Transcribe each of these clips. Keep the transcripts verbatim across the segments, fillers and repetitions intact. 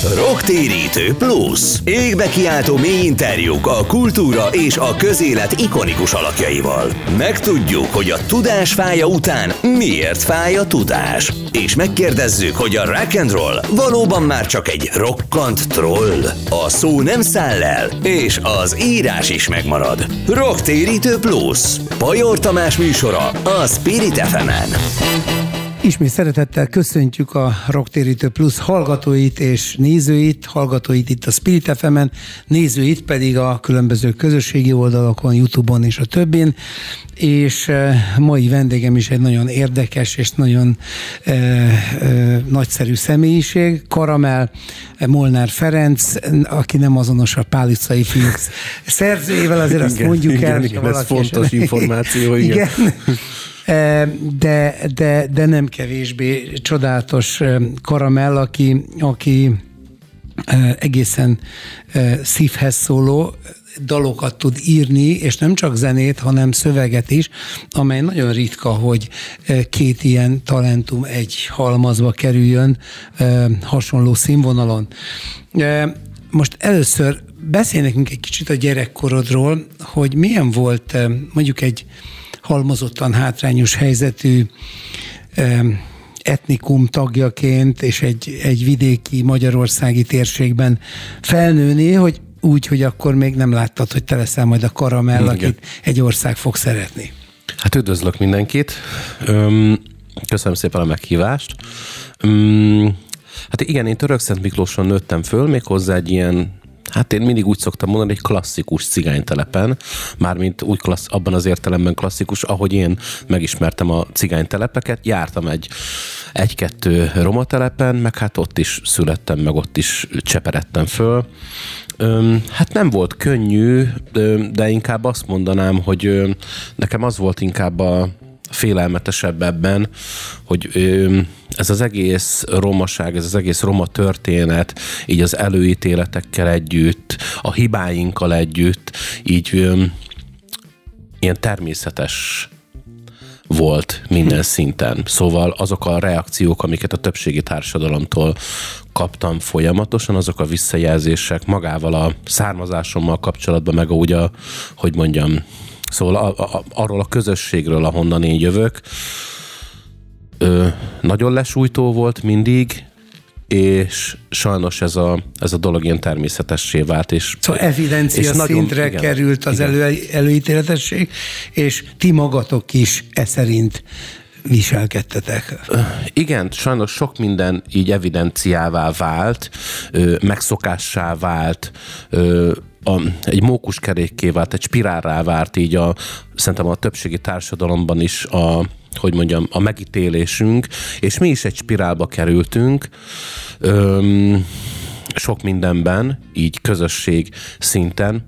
Rocktérítő Plus. Égbe kiáltó mély interjúk a kultúra és a közélet ikonikus alakjaival. Megtudjuk, hogy a tudás fája után miért fáj a tudás. És megkérdezzük, hogy a rock and roll valóban már csak egy rokkant troll. A szó nem száll el, és az írás is megmarad. Rocktérítő Plus. Pajor Tamás műsora a Spirit ef emen. Ismét szeretettel köszöntjük a Rocktérítő Plus hallgatóit és nézőit, hallgatóit itt a Spirit ef emen, nézőit pedig a különböző közösségi oldalakon, YouTube-on és a többin, és mai vendégem is egy nagyon érdekes és nagyon e, e, nagyszerű személyiség, Karamell Molnár Ferenc, aki nem azonos a Pál utcai fiúk szerzőjével, azért azt igen, mondjuk igen, el. Igen, ez fontos esetleg információ, igen. igen. De, de, de nem kevésbé csodálatos Karamell, aki, aki egészen szívhez szóló dalokat tud írni, és nem csak zenét, hanem szöveget is, amely nagyon ritka, hogy két ilyen talentum egy halmazba kerüljön hasonló színvonalon. Most először beszélj nekünk egy kicsit a gyerekkorodról, hogy milyen volt mondjuk egy halmozottan hátrányos helyzetű etnikum tagjaként és egy, egy vidéki magyarországi térségben felnőni, hogy úgy, hogy akkor még nem láttad, hogy te leszel majd a Karamell, akit egy ország fog szeretni. Hát üdvözlök mindenkit. Köszönöm szépen a meghívást. Hát igen, én Törökszent Miklóson nőttem föl, méghozzá egy ilyen, hát én mindig úgy szoktam mondani, egy klasszikus cigánytelepen, mármint úgy klassz, abban az értelemben klasszikus, ahogy én megismertem a cigánytelepeket, jártam egy, egy-kettő roma telepen, meg hát ott is születtem, meg ott is cseperedtem föl. Hát nem volt könnyű, de inkább azt mondanám, hogy nekem az volt inkább a félelmetesebb ebben, hogy ez az egész romaság, ez az egész roma történet, így az előítéletekkel együtt, a hibáinkkal együtt, így ilyen természetes volt minden szinten. Szóval azok a reakciók, amiket a többségi társadalomtól kaptam folyamatosan, azok a visszajelzések magával a származásommal kapcsolatban, meg úgy a, hogy mondjam, szóval a, a, arról a közösségről, ahonnan én jövök, ö, nagyon lesújtó volt mindig, és sajnos ez a, ez a dolog ilyen természetessé vált. És, szóval evidencia és szintre nagyon, igen, került az elő, előítéletesség, és ti magatok is e szerint viselkedtetek. Igen, sajnos sok minden így evidenciává vált, megszokássá vált, A, egy mókuskerékké vált, egy spirálrá vált így a, szerintem a többségi társadalomban is a, hogy mondjam, a megítélésünk, és mi is egy spirálba kerültünk, öm, sok mindenben, így közösség szinten.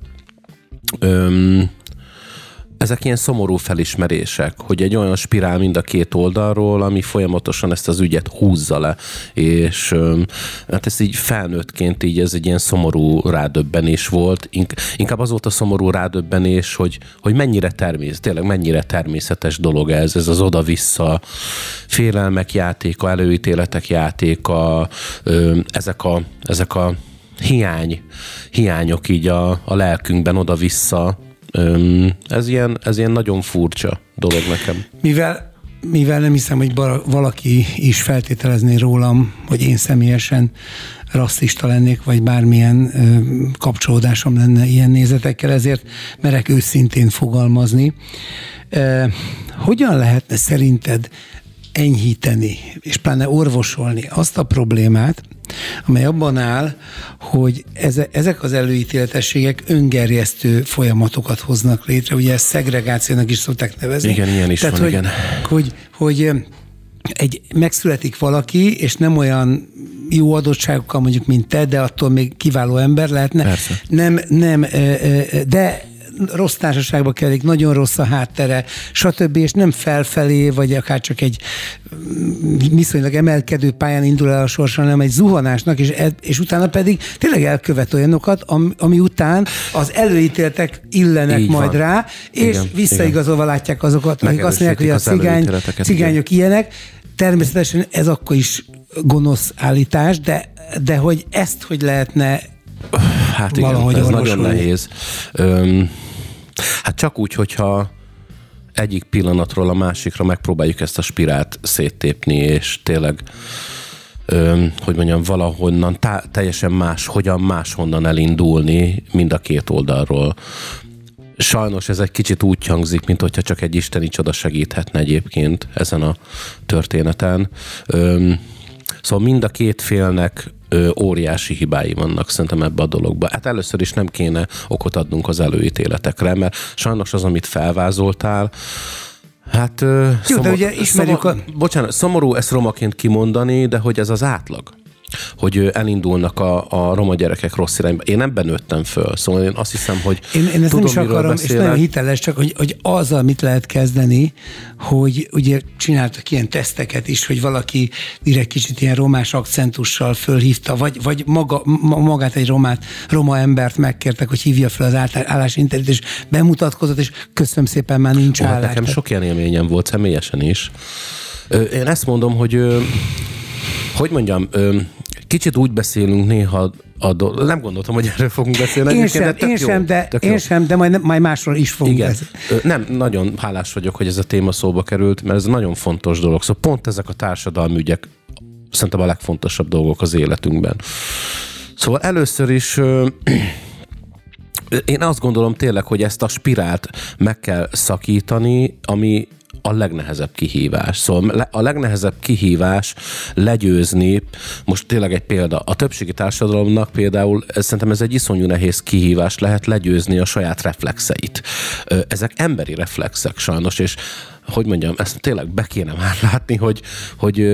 Öm, Ezek ilyen szomorú felismerések, hogy egy olyan spirál mind a két oldalról, ami folyamatosan ezt az ügyet húzza le, és hát ez így felnőttként így ez egy ilyen szomorú rádöbbenés volt. Inkább az volt a szomorú rádöbbenés, hogy, hogy mennyire természet, tényleg mennyire természetes dolog ez, ez az oda-vissza félelmek játéka, előítéletek játéka, ezek a, ezek a hiány, hiányok így a, a lelkünkben oda-vissza. Ez ilyen, ez ilyen nagyon furcsa dolog nekem. Mivel, mivel nem hiszem, hogy valaki is feltételezné rólam, hogy én személyesen rasszista lennék, vagy bármilyen ö, kapcsolódásom lenne ilyen nézetekkel, ezért merek őszintén fogalmazni. E, hogyan lehetne szerinted enyhíteni, és pláne orvosolni azt a problémát, amely abban áll, hogy ezek az előítéletességek öngerjesztő folyamatokat hoznak létre. Ugye ezt szegregációnak is szokták nevezni. Igen, ilyen is Tehát, van, hogy, igen. Hogy, hogy egy, megszületik valaki, és nem olyan jó adottságokkal mondjuk, mint te, de attól még kiváló ember lehetne. Persze. Nem, nem, de rossz társaságba kerülik, nagyon rossz a háttere, stb. És nem felfelé, vagy akár csak egy viszonylag emelkedő pályán indul el a sorsa, hanem egy zuhanásnak, és, és utána pedig tényleg elkövet olyanokat, ami, ami után az előítéltek illenek így majd van. Rá, és igen, visszaigazolva igen. látják azokat, akik azt mondják, hogy a cigány, cigányok ilyenek. Természetesen ez akkor is gonosz állítás, de, de hogy ezt hogy lehetne hát igen, valahogy ez orvosolni? nagyon nehéz. Öm, hát csak úgy, hogyha egyik pillanatról a másikra megpróbáljuk ezt a spirált széttépni, és tényleg öm, hogy mondjam, valahonnan tá- teljesen más, hogyan máshonnan elindulni mind a két oldalról. Sajnos ez egy kicsit úgy hangzik, mint hogyha csak egy isteni csoda segíthetne egyébként ezen a történeten. Öm, szóval mind a két félnek ö, óriási hibái vannak szerintem ebbe a dologba. Hát először is nem kéne okot adnunk az előítéletekre, mert sajnos az, amit felvázoltál, hát ö, Jó, szomor, de ugye ismerjük szomor, a... bocsánat, szomorú ezt romaként kimondani, de hogy ez az átlag, hogy elindulnak a, a roma gyerekek rossz irányba. Én ebben nőttem föl, szóval én azt hiszem, hogy Én, én ezt tudom, nem is akarom, és nagyon hiteles, csak hogy, hogy azzal mit lehet kezdeni, hogy ugye csináltak ilyen teszteket is, hogy valaki direkt kicsit ilyen romás akcentussal fölhívta, vagy, vagy maga, magát egy romát, roma embert megkértek, hogy hívja fel az állásinterjút, és bemutatkozott, és köszönöm szépen, már nincs oh, állás. Nekem sok ilyen élményem volt, személyesen is. Én ezt mondom, hogy hogy mondjam, kicsit úgy beszélünk néha, a do- nem gondoltam, hogy erről fogunk beszélni. Én sem, de, én sem, de, én sem, de majd, majd másról is fogunk Igen. beszélni. Nem, nagyon hálás vagyok, hogy ez a téma szóba került, mert ez nagyon fontos dolog. Szóval pont ezek a társadalmi ügyek szerintem a legfontosabb dolgok az életünkben. Szóval először is én azt gondolom tényleg, hogy ezt a spirált meg kell szakítani, ami a legnehezebb kihívás. Szóval a legnehezebb kihívás legyőzni, most tényleg egy példa, a többségi társadalomnak például ez, szerintem ez egy iszonyú nehéz kihívás lehet legyőzni a saját reflexeit. Ezek emberi reflexek sajnos, és hogy mondjam, ezt tényleg be kéne már látni, hogy, hogy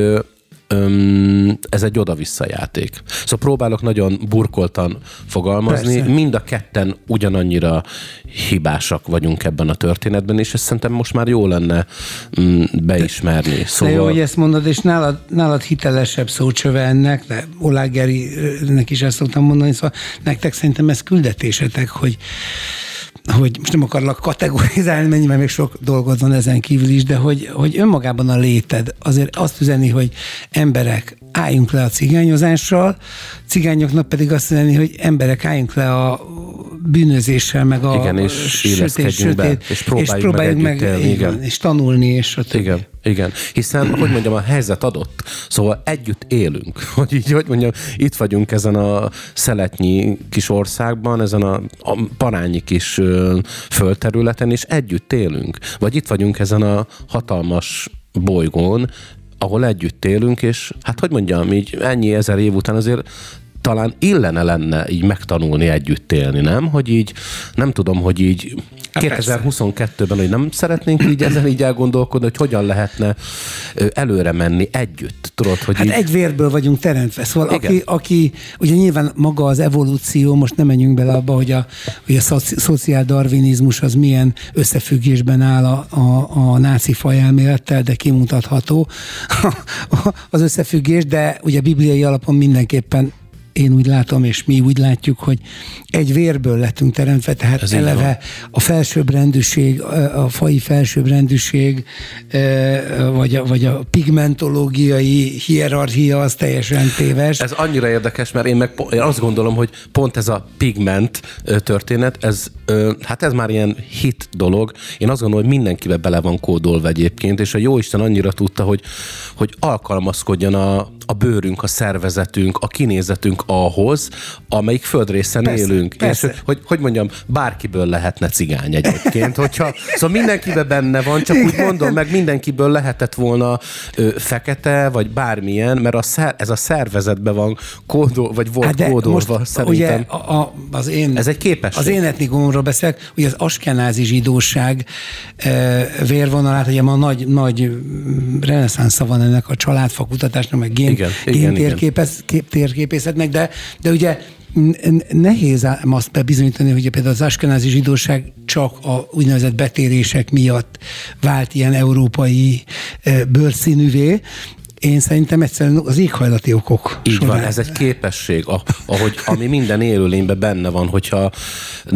ez egy oda-vissza játék. Szóval próbálok nagyon burkoltan fogalmazni. Persze. Mind a ketten ugyanannyira hibásak vagyunk ebben a történetben, és ezt szerintem most már jó lenne beismerni. Szóval... De jó, hogy ezt mondod, és nálad, nálad hitelesebb szócsöve ennek, de Oláh Gerinek is ezt szoktam mondani, szóval nektek szerintem ez küldetésetek, hogy hogy most nem akarlak kategorizálni, mennyiben még sok dolgod van ezen kívül is, de hogy, hogy önmagában a léted azért azt üzeni, hogy emberek, álljunk le a cigányozással, cigányoknak pedig azt üzeni, hogy emberek, álljunk le a bűnözéssel, meg a igen, és sötét, sötét, be, és próbáljuk, és próbáljuk meg, meg élni, igen. és tanulni, és a igen, igen. Hiszen, hogy mondjam, a helyzet adott, szóval együtt élünk, hogy így, hogy mondjam, itt vagyunk ezen a szeletnyi kis országban, ezen a, a parányi kis ö, földterületen, és együtt élünk. Vagy itt vagyunk ezen a hatalmas bolygón, ahol együtt élünk, és hát hogy mondjam, így ennyi ezer év után azért talán illene lenne így megtanulni együtt élni, nem? Hogy így, nem tudom, hogy így kétezer-huszonkettőben, hogy nem szeretnénk így ezen így elgondolkodni, hogy hogyan lehetne előre menni együtt. Tudod, hogy hát így... egy vérből vagyunk teremtve. Szóval aki, aki, ugye nyilván maga az evolúció, most nem menjünk bele abba, hogy a, hogy a szoci, szociáldarvinizmus az milyen összefüggésben áll a, a, a náci fajelmélettel, de kimutatható az összefüggés, de ugye bibliai alapon mindenképpen én úgy látom, és mi úgy látjuk, hogy egy vérből lettünk teremtve, tehát ez eleve a felsőbbrendűség, a faji felsőbbrendűség, vagy a, vagy a pigmentológiai hierarchia az teljesen téves. Ez annyira érdekes, mert én meg én azt gondolom, hogy pont ez a pigment történet, ez, hát ez már ilyen hit dolog. Én azt gondolom, hogy mindenkibe bele van kódolva egyébként, és a Jóisten annyira tudta, hogy, hogy alkalmazkodjon a, a bőrünk, a szervezetünk, a kinézetünk ahhoz, amelyik földrészen persze, élünk. Persze. És hogy, hogy mondjam, bárkiből lehetne cigány egyébként. Hogyha, szóval mindenkiben benne van, csak úgy mondom, meg mindenkiből lehetett volna ö, fekete, vagy bármilyen, mert a szer, ez a szervezetben van kódol, vagy volt hát kódolva most, szerintem. Ugye a, a, az én, ez egy képesség. Az én etnikumomról beszélek, ugye az askenázi zsidóság e, vérvonalát, ugye ma nagy, nagy reneszánsza van ennek a családfakutatásnak, meg gén, igen, gén térképészetnek, de, de ugye nehéz azt bebizonyítani, hogy például az askenázi zsidóság csak a úgynevezett betérések miatt vált ilyen európai bőrszínűvé. Én szerintem egyszerűen az éghajlati okok így során. van, ez egy képesség, ahogy, ami minden élőlényben benne van, hogyha nem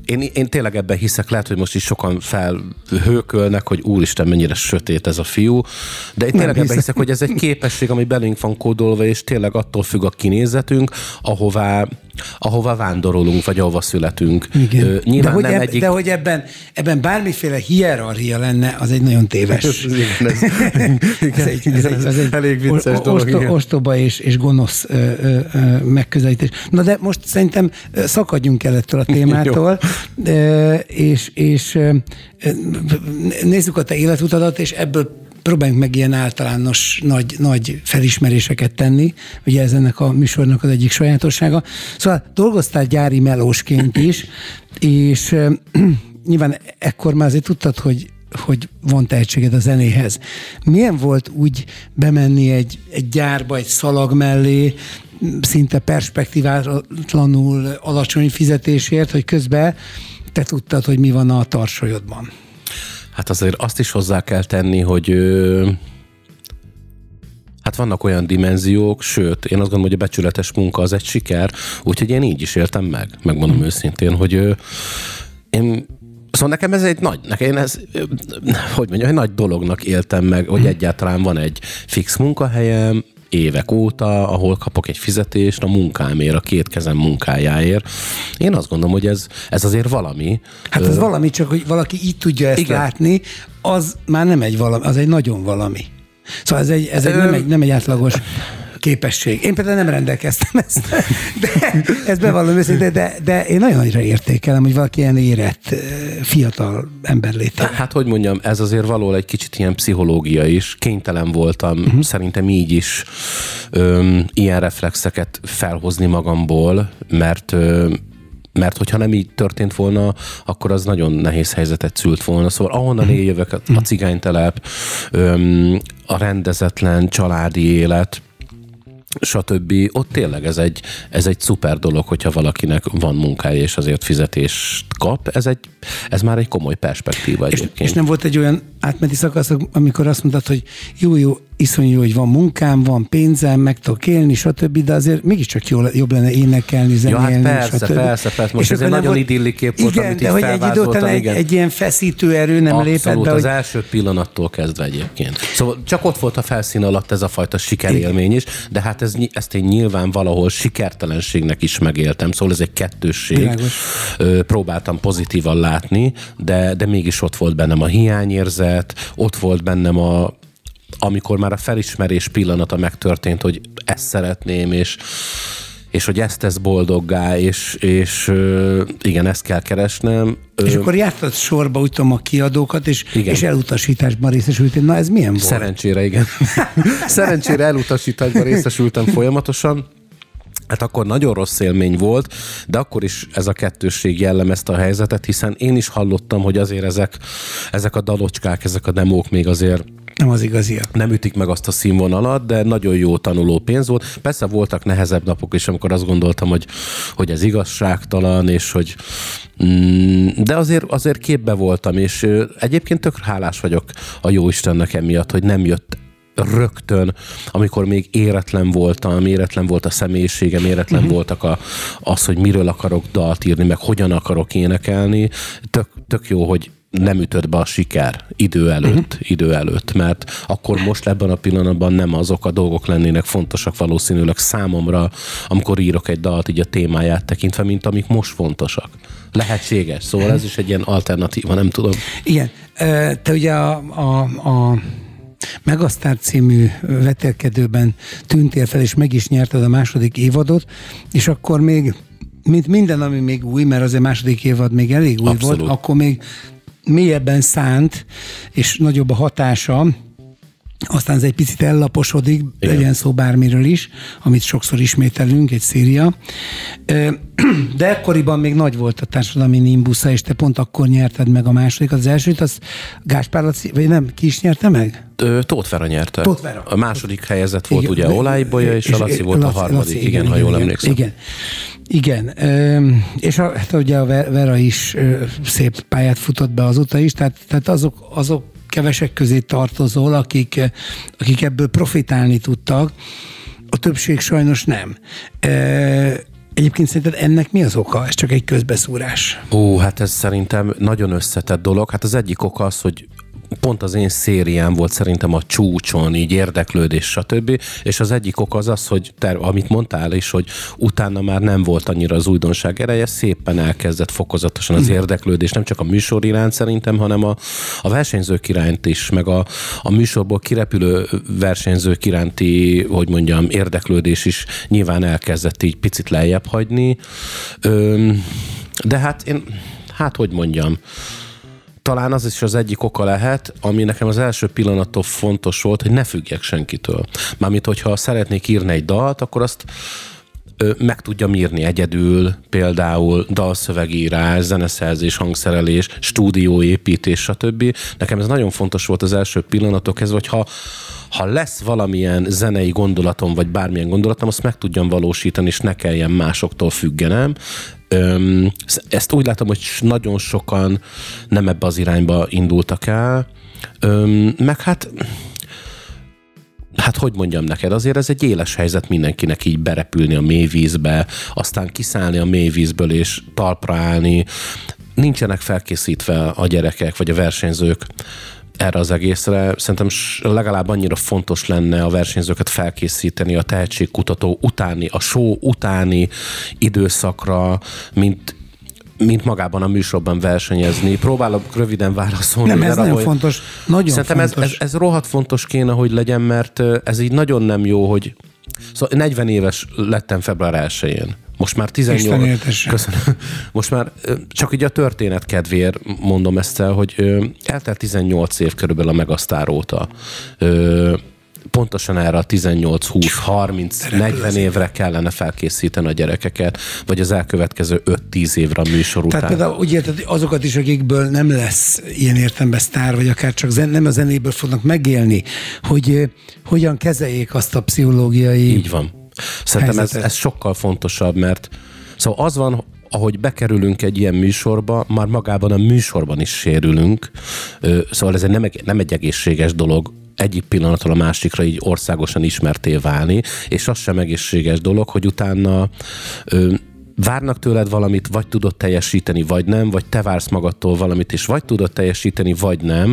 én, én tényleg ebben hiszek, lehet, hogy most is sokan felhőkölnek, hogy úristen, mennyire sötét ez a fiú, de én tényleg ebben hiszek, hogy ez egy képesség, ami belünk van kódolva, és tényleg attól függ a kinézetünk, ahová, ahová vándorolunk, vagy ahova születünk. Igen. Nyilván de, hogy nem eb, egyik... de hogy ebben, ebben bármiféle hierarchia lenne, az egy nagyon téves. ez, igen, ez, igen, ez egy, ez egy, ez egy elég vicces dolog. Osto, ostoba és, és gonosz ö, ö, ö, megközelítés. Na de most szerintem szakadjunk el ettől a témától, ö, és, és ö, nézzük a te életutadat, és ebből próbáljunk meg ilyen általános nagy, nagy felismeréseket tenni, ugye ez ennek a műsornak az egyik sajátossága. Szóval dolgoztál gyári melósként is, és euh, nyilván ekkor már azért tudtad, hogy, hogy van tehetséged a zenéhez. Milyen volt úgy bemenni egy, egy gyárba, egy szalag mellé, szinte perspektíválatlanul alacsony fizetésért, hogy közben te tudtad, hogy mi van a tarsolyodban? Hát azért azt is hozzá kell tenni, hogy ö, hát vannak olyan dimenziók, sőt, én azt gondolom, hogy a becsületes munka az egy siker, úgyhogy én így is éltem meg, megmondom őszintén, hogy ö, én, szóval nekem ez egy nagy, nekem én ez, ö, hogy mondjam, egy nagy dolognak éltem meg, hogy egyáltalán van egy fix munkahelyem, évek óta, ahol kapok egy fizetést a munkámért, a két kezem munkájáért. Én azt gondolom, hogy ez, ez azért valami. Hát ez Ö... valami, csak hogy valaki így tudja ezt Igen. látni, az már nem egy valami, az egy nagyon valami. Szóval ez, egy, ez egy, nem, egy, nem egy átlagos képesség. Én például nem rendelkeztem ezt, de ezt bevallom őszintén, de, de én nagyon nagyra értékelem, hogy valaki ilyen érett, fiatal ember léte. Hát, hogy mondjam, ez azért valahol egy kicsit ilyen pszichológia is. Kénytelen voltam, uh-huh. szerintem így is öm, ilyen reflexeket felhozni magamból, mert öm, mert hogyha nem így történt volna, akkor az nagyon nehéz helyzetet szült volna. Szóval ahonnan én jövök, a cigánytelep, öm, a rendezetlen családi élet, stb. Ott tényleg ez egy, ez egy szuper dolog, hogyha valakinek van munkája és azért fizetést kap. Ez, egy, ez már egy komoly perspektíva és, egyébként. És nem volt egy olyan átmeneti szakasz, amikor azt mondtad, hogy jó, jó, iszonyú jó, hogy van munkám, van pénzem, meg tudok élni, stb., de azért mégiscsak jó, jobb lenne énekelni, zenélni, ja, hát persze, stb. persze, persze. Most ez egy nagyon volt, idilli kép volt, igen, amit de így hogy egy idő után egy, egy ilyen feszítő erő nem Abszolút, lépett be. az hogy... első pillanattól kezdve egyébként. Szóval csak ott volt a felszín alatt ez a fajta sikerélmény is, de hát ez, ezt én nyilván valahol sikertelenségnek is megéltem, szóval ez egy kettősség. Világos. Próbáltam pozitívan látni, de, de mégis ott volt bennem a hiányérzet, ott volt bennem a amikor már a felismerés pillanata megtörtént, hogy ezt szeretném, és, és hogy ezt tesz boldoggá, és, és igen, ezt kell keresnem. És akkor jártad sorba, úgy tudom, a kiadókat, és, és elutasításban részesültél. Na, ez milyen volt? Szerencsére, igen. Szerencsére elutasításban részesültem folyamatosan. Hát akkor nagyon rossz élmény volt, de akkor is ez a kettősség jellemezte a helyzetet, hiszen én is hallottam, hogy azért ezek, ezek a dalocskák, ezek a demók még azért nem az igaziak. Nem ütik meg azt a színvonalat, de nagyon jó tanuló pénz volt. Persze voltak nehezebb napok is, amikor azt gondoltam, hogy, hogy ez igazságtalan, és hogy mm, de azért, azért képbe voltam, és egyébként tök hálás vagyok a Jóistennek emiatt, hogy nem jött rögtön, amikor még éretlen voltam, éretlen volt a személyiségem, éretlen uh-huh. voltak a, az, hogy miről akarok dalt írni, meg hogyan akarok énekelni. Tök, tök jó, hogy nem ütött be a siker idő előtt, uh-huh. idő előtt, mert akkor most ebben a pillanatban nem azok a dolgok lennének fontosak valószínűleg számomra, amikor írok egy dalt így a témáját tekintve, mint amik most fontosak. Lehetséges, szóval ez is egy ilyen alternatíva, nem tudom. Igen, te ugye a, a, a Megasztár című vetélkedőben tűntél fel, és meg is nyerted a második évadot, és akkor még, mint minden, ami még új, mert azért a második évad még elég új Abszolút. volt, akkor még mélyebben szánt, és nagyobb a hatása, aztán ez egy picit ellaposodik, Igen. legyen szó bármiről is, amit sokszor ismételünk, egy széria. De ekkoriban még nagy volt a társadalmi nimbusza, és te pont akkor nyerted meg a másodikat. Az elsőt, az Gáspár Laci, vagy nem, ki is nyerte meg? Tóth Vera nyerte. Tóth Vera. A második helyezett volt igen, ugye Olajbolya, és, és a Laci volt Laci, a harmadik, Laci, igen, igen, ha jól igen, emlékszem. Igen. Igen, és a, hát ugye a Vera is szép pályát futott be azóta is, tehát, tehát azok, azok kevesek közé tartozol, akik, akik ebből profitálni tudtak, a többség sajnos nem. Egyébként szerinted ennek mi az oka? Ez csak egy közbeszúrás. Ó, hát ez szerintem nagyon összetett dolog. Hát az egyik oka az, hogy pont az én szériám volt szerintem a csúcson, így érdeklődés, stb. És az egyik ok az az, hogy te, amit mondtál is, hogy utána már nem volt annyira az újdonság ereje, szépen elkezdett fokozatosan az érdeklődés, nem csak a műsor iránt szerintem, hanem a, a versenyzők iránt is, meg a, a műsorból kirepülő versenyzők iránti, hogy mondjam, érdeklődés is nyilván elkezdett így picit lejjebb hagyni. Öm, de hát én, hát hogy mondjam, talán az is az egyik oka lehet, ami nekem az első pillanattól fontos volt, hogy ne függjek senkitől. Mármint, hogyha szeretnék írni egy dalt, akkor azt ö, meg tudjam írni egyedül, például dalszövegírás, zeneszerzés, hangszerelés, stúdióépítés, stb. Nekem ez nagyon fontos volt az első pillanattól kezdve, hogy ha ha lesz valamilyen zenei gondolatom, vagy bármilyen gondolatom, azt meg tudjam valósítani, és ne kelljen másoktól függenem. Öm, ezt úgy látom, hogy nagyon sokan nem ebbe az irányba indultak el. Öm, meg hát, hát hogy mondjam neked, azért ez egy éles helyzet mindenkinek így berepülni a mélyvízbe, aztán kiszállni a mélyvízből és talpra állni. Nincsenek felkészítve a gyerekek, vagy a versenyzők erre az egészre. Szerintem legalább annyira fontos lenne a versenyzőket felkészíteni a tehetségkutató utáni, a show utáni időszakra, mint, mint magában a műsorban versenyezni. Próbálok röviden válaszolni. Nem, ez erre, nagyon hogy fontos. Nagyon szerintem fontos. Ez, ez, ez rohadt fontos kéne, hogy legyen, mert ez így nagyon nem jó, hogy szóval negyven éves lettem február elsején. Most már tizennyolc... Köszönöm. Most már csak így a történet kedvéért mondom ezt el, hogy eltelt tizennyolc év körülbelül a Megasztár óta. Pontosan erre a tizennyolc, húsz, harminc, negyven évre kellene felkészíteni a gyerekeket, vagy az elkövetkező öt-tíz évre a műsor után. Tehát például úgy érted, azokat is, akikből nem lesz ilyen értelemben sztár, vagy akár csak zen, nem a zenéből fognak megélni, hogy hogyan kezeljék azt a pszichológiai... Így van. Szerintem ez, ez sokkal fontosabb, mert szóval az van, ahogy bekerülünk egy ilyen műsorba, már magában a műsorban is sérülünk, szóval ez egy nem, nem egy egészséges dolog egyik pillanatról a másikra így országosan ismerté válni, és az sem egészséges dolog, hogy utána ö, várnak tőled valamit, vagy tudod teljesíteni, vagy nem, vagy te vársz magadtól valamit, és vagy tudod teljesíteni, vagy nem,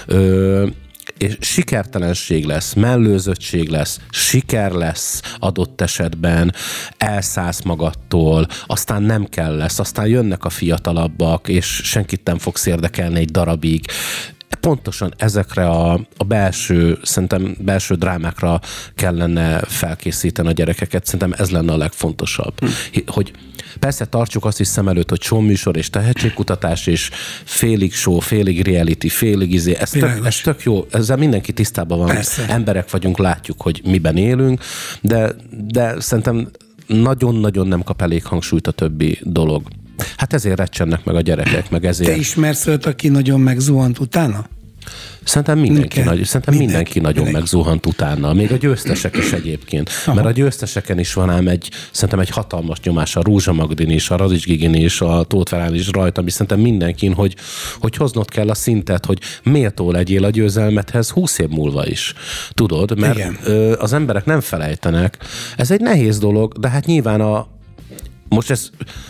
ö, és sikertelenség lesz, mellőzöttség lesz, siker lesz adott esetben, elszállsz magadtól, aztán nem kell lesz, aztán jönnek a fiatalabbak, és senkit nem fogsz érdekelni egy darabig. Pontosan ezekre a, a belső, szerintem belső drámákra kellene felkészíteni a gyerekeket. Szerintem ez lenne a legfontosabb. Hm. Hogy persze tartsuk azt is szem előtt, hogy showműsor és tehetségkutatás, és félig show, félig reality, félig izé. Ez tök, ez tök jó, ezzel mindenki tisztában van. Persze. Emberek vagyunk, látjuk, hogy miben élünk, de, de szerintem nagyon-nagyon nem kap elég hangsúlyt a többi dolog. Hát ezért recsennek meg a gyerekek, meg ezért... Te ismersz őt, aki nagyon megzuhant utána? Szerintem mindenki, Minden. nagy, szerintem mindenki, mindenki nagyon mindenki. megzuhant utána, még a győztesek is egyébként. Aha. Mert a győzteseken is van ám egy, szerintem egy hatalmas nyomás a Rózsa Magdin is, a Radics Gigin is, a Tóth Verán is rajta, ami szerintem mindenkin, hogy, hogy hoznod kell a szintet, hogy méltó legyél a győzelmethez húsz év múlva is. Tudod, mert igen. Az emberek nem felejtenek. Ez egy nehéz dolog, de hát nyilván a... Most ez...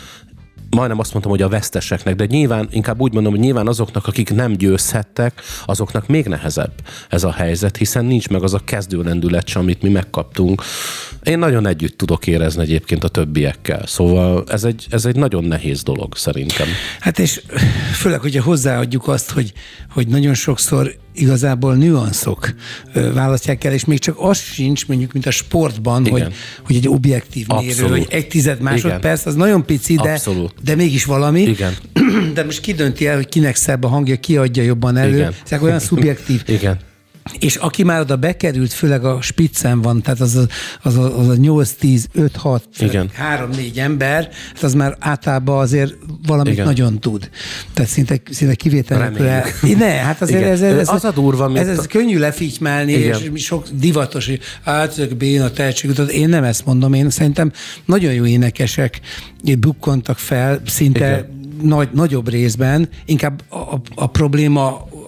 majdnem azt mondtam, hogy a veszteseknek, de nyilván, inkább úgy mondom, hogy nyilván azoknak, akik nem győzhettek, azoknak még nehezebb ez a helyzet, hiszen nincs meg az a kezdőlendület sem, amit mi megkaptunk. Én nagyon együtt tudok érezni egyébként a többiekkel, szóval ez egy, ez egy nagyon nehéz dolog szerintem. Hát és főleg, hogyha hozzáadjuk azt, hogy, hogy nagyon sokszor igazából nüanszok választják el, és még csak az sincs, mondjuk, mint a sportban, hogy, hogy egy objektív mérő, abszolút. Hogy egy tized másodperc, igen. Az nagyon pici, de, de mégis valami. Igen. De most ki dönti el, hogy kinek szebb a hangja, ki adja jobban elő. Igen. Ez olyan szubjektív. Igen. És aki már oda bekerült, főleg a spitzen van, tehát az a, az a, az a nyolc, tíz, öt, hat, három, négy ember, hát az már általában azért valamit igen. nagyon tud. Tehát szinte, szinte kivételekre. Ne, hát azért ez, ez, ez, az a durva, ez, ez, ez könnyű lefitymálni, igen. És sok divatos, hogy hát ezek béna tehetségkutató. Én nem ezt mondom, én szerintem nagyon jó énekesek bukkantak fel, szinte nagy, nagyobb részben, inkább a, a, a probléma a,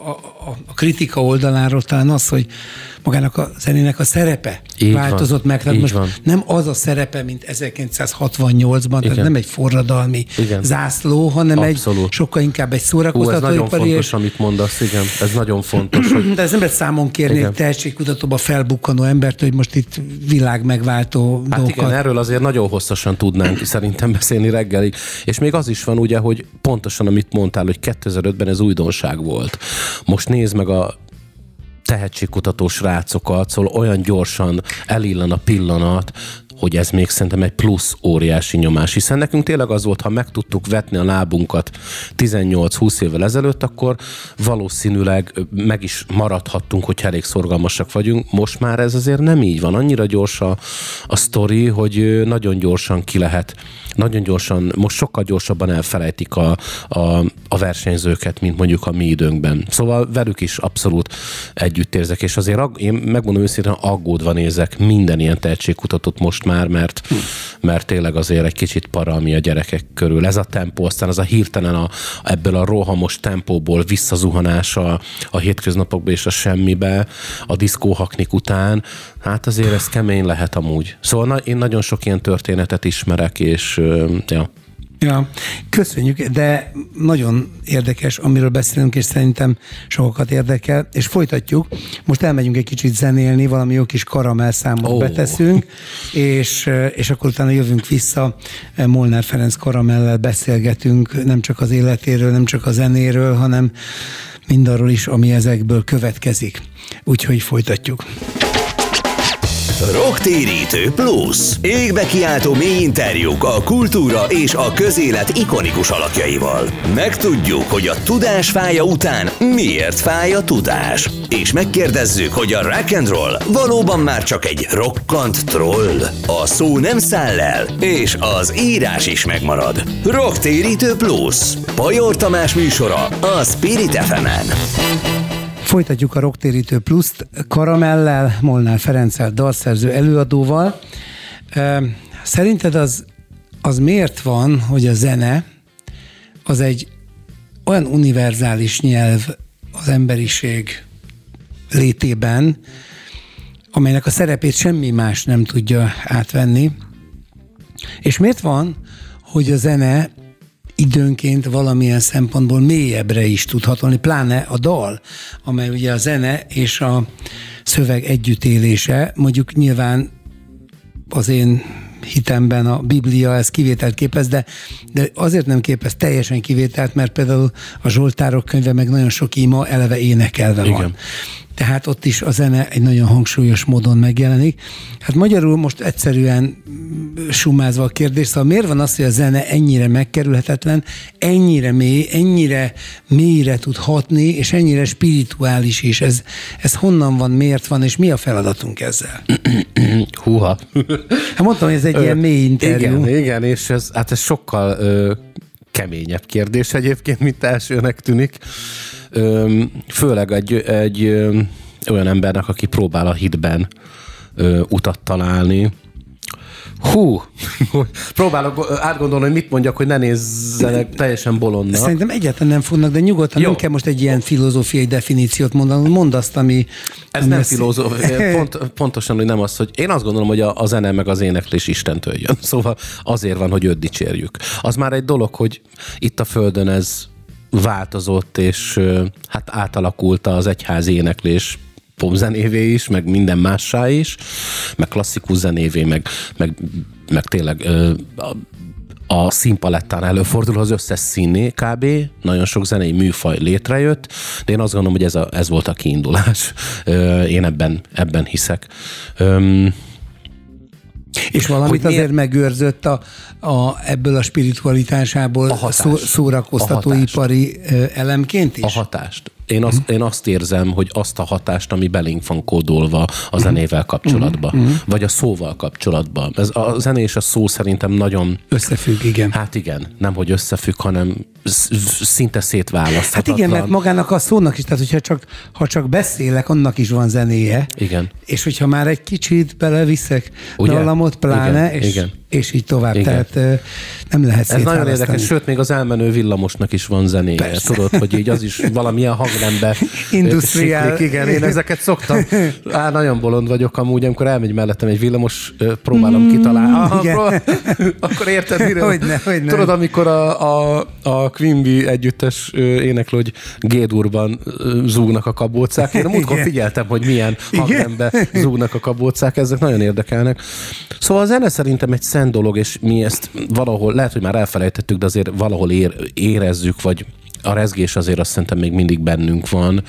a kritika oldaláról talán az, hogy magának a zenének a szerepe így változott van. meg. Tehát most van. nem az a szerepe, mint ezerkilencszázhatvannyolcban, igen. tehát nem egy forradalmi igen. zászló, hanem Abszolút. egy sokkal inkább egy szórakoztatóipari. Ez nagyon fontos, és... amit mondasz, igen. Ez nagyon fontos. Hogy... De ez nem lehet számon kérni igen. egy tehetségkutatóba felbukkanó embert, hogy most itt világ megváltó hát dolgokat. Igen, erről azért nagyon hosszasan tudnánk szerintem beszélni reggelig. És még az is van ugye, hogy pontosan amit mondtál, hogy kétezer-ötben ez újdonság volt. Most nézd meg a tehetségkutató srácokat, szóval olyan gyorsan elillan a pillanat, hogy ez még szerintem egy plusz óriási nyomás. Hiszen nekünk tényleg az volt, ha meg tudtuk vetni a lábunkat tizennyolc-húsz évvel ezelőtt, akkor valószínűleg meg is maradhattunk, hogy elég szorgalmasak vagyunk. Most már ez azért nem így van. Annyira gyors a, a sztori, hogy nagyon gyorsan ki lehet, nagyon gyorsan, most sokkal gyorsabban elfelejtik a, a, a versenyzőket, mint mondjuk a mi időnkben. Szóval velük is abszolút együtt érzek, és azért én megmondom őszintén, aggódva nézek minden ilyen tehetségkutatót most már, mert, hm. mert tényleg azért egy kicsit para, ami a gyerekek körül. Ez a tempó, aztán az a hirtelen a, ebből a rohamos tempóból visszazuhanás a, a hétköznapokba és a semmibe, a diszkóhaknik után, hát azért ez kemény lehet amúgy. Szóval na, én nagyon sok ilyen történetet ismerek, és ja. Ja, köszönjük, de nagyon érdekes, amiről beszélünk, és szerintem sokakat érdekel, és folytatjuk. Most elmegyünk egy kicsit zenélni, valami jó kis karamellszámot oh. beteszünk, és, és akkor utána jövünk vissza, Molnár Ferenc karamellel beszélgetünk, nem csak az életéről, nem csak a zenéről, hanem mindarról is, ami ezekből következik. Úgyhogy folytatjuk. Rocktérítő Plusz. Égbe kiáltó mély interjúk a kultúra és a közélet ikonikus alakjaival. Megtudjuk, hogy a tudás fája után miért fáj a tudás. És megkérdezzük, hogy a rock and roll valóban már csak egy rokkant troll. A szó nem száll el, és az írás is megmarad. Rocktérítő Plusz. Pajor Tamás műsora a Spirit ef emen. Folytatjuk a Rocktérítő Pluszt Karamellel, Molnár Ferenccel, dalszerző előadóval. Szerinted az, az miért van, hogy a zene az egy olyan univerzális nyelv az emberiség létében, amelynek a szerepét semmi más nem tudja átvenni? És miért van, hogy a zene időnként valamilyen szempontból mélyebbre is tud hatolni, pláne a dal, amely ugye a zene és a szöveg együttélése, mondjuk nyilván az én hitemben a Biblia ez kivételt képez, de, de azért nem képez teljesen kivételt, mert például a Zsoltárok könyve meg nagyon sok ima eleve énekelve van. Igen. Tehát ott is a zene egy nagyon hangsúlyos módon megjelenik. Hát magyarul most egyszerűen summázva a kérdés, szóval miért van az, hogy a zene ennyire megkerülhetetlen, ennyire mély, ennyire mélyre tud hatni, és ennyire spirituális is. Ez, ez honnan van, miért van, és mi a feladatunk ezzel? Húha. Hát mondtam, hogy ez egy ö, ilyen mély interjú. Igen, igen, és ez, hát ez sokkal ö, keményebb kérdés egyébként, mint elsőnek tűnik. Ö, főleg egy, egy ö, olyan embernek, aki próbál a hitben ö, utat találni. Hú, próbálok átgondolni, hogy mit mondjak, hogy ne nézzenek teljesen bolondnak. Szerintem egyáltalán nem fognak, de nyugodtan Jó. nem kell most egy ilyen filozófiai definíciót mondani, mondd azt, ami... Ez ami nem az... filozófia, pont, pontosan, hogy nem az, hogy én azt gondolom, hogy a, a zene meg az éneklés Istentől jön. Szóval azért van, hogy őt dicsérjük. Az már egy dolog, hogy itt a Földön ez változott, és hát átalakult az egyházi éneklés popzenévé is, meg minden mássá is, meg klasszikus zenévé, meg, meg, meg tényleg a, a színpalettán előfordul az összes színné kb. Nagyon sok zenei műfaj létrejött, de én azt gondolom, hogy ez, a, ez volt a kiindulás. Én ebben, ebben hiszek. És valamit hogy azért megőrzött a, a, ebből a spiritualitásából a szó, szórakoztatóipari elemként is? A hatást. Én azt, uh-huh. én azt érzem, hogy azt a hatást, ami belénk van kódolva a zenével kapcsolatban, uh-huh. vagy a szóval kapcsolatban. Ez a zene és a szó szerintem nagyon... Összefügg, igen. Hát igen, nem hogy összefügg, hanem szinte szétválaszthatatlan. Hát igen, mert magának a szónak is, tehát hogyha csak, ha csak beszélek, annak is van zenéje. Igen. És hogyha már egy kicsit beleviszek dallamot, pláne, igen, és, igen. és így tovább. Igen. Tehát nem lehet Ez nagyon érdekes, sőt, még az elmenő villamosnak is van zenéje. Persze. Tudod, hogy így az is valamilyen hang hangnembe. Industriál. Igen, én ezeket szoktam. Á, nagyon bolond vagyok amúgy, amikor elmegy mellettem egy villamos, próbálom mm, kitalálni. Aha, prób- akkor érted, mire? Hogyne, hogyne. Tudod, amikor a, a, a Queen Bee együttes éneklő, hogy G-durban zúgnak a kabócák. Én múltkor figyeltem, hogy milyen hangnembe zúgnak a kabócák, ezek nagyon érdekelnek. Szóval a zene szerintem egy szent dolog, és mi ezt valahol, lehet, hogy már elfelejtettük, de azért valahol ér, érezzük, vagy a rezgés azért azt szerintem még mindig bennünk van.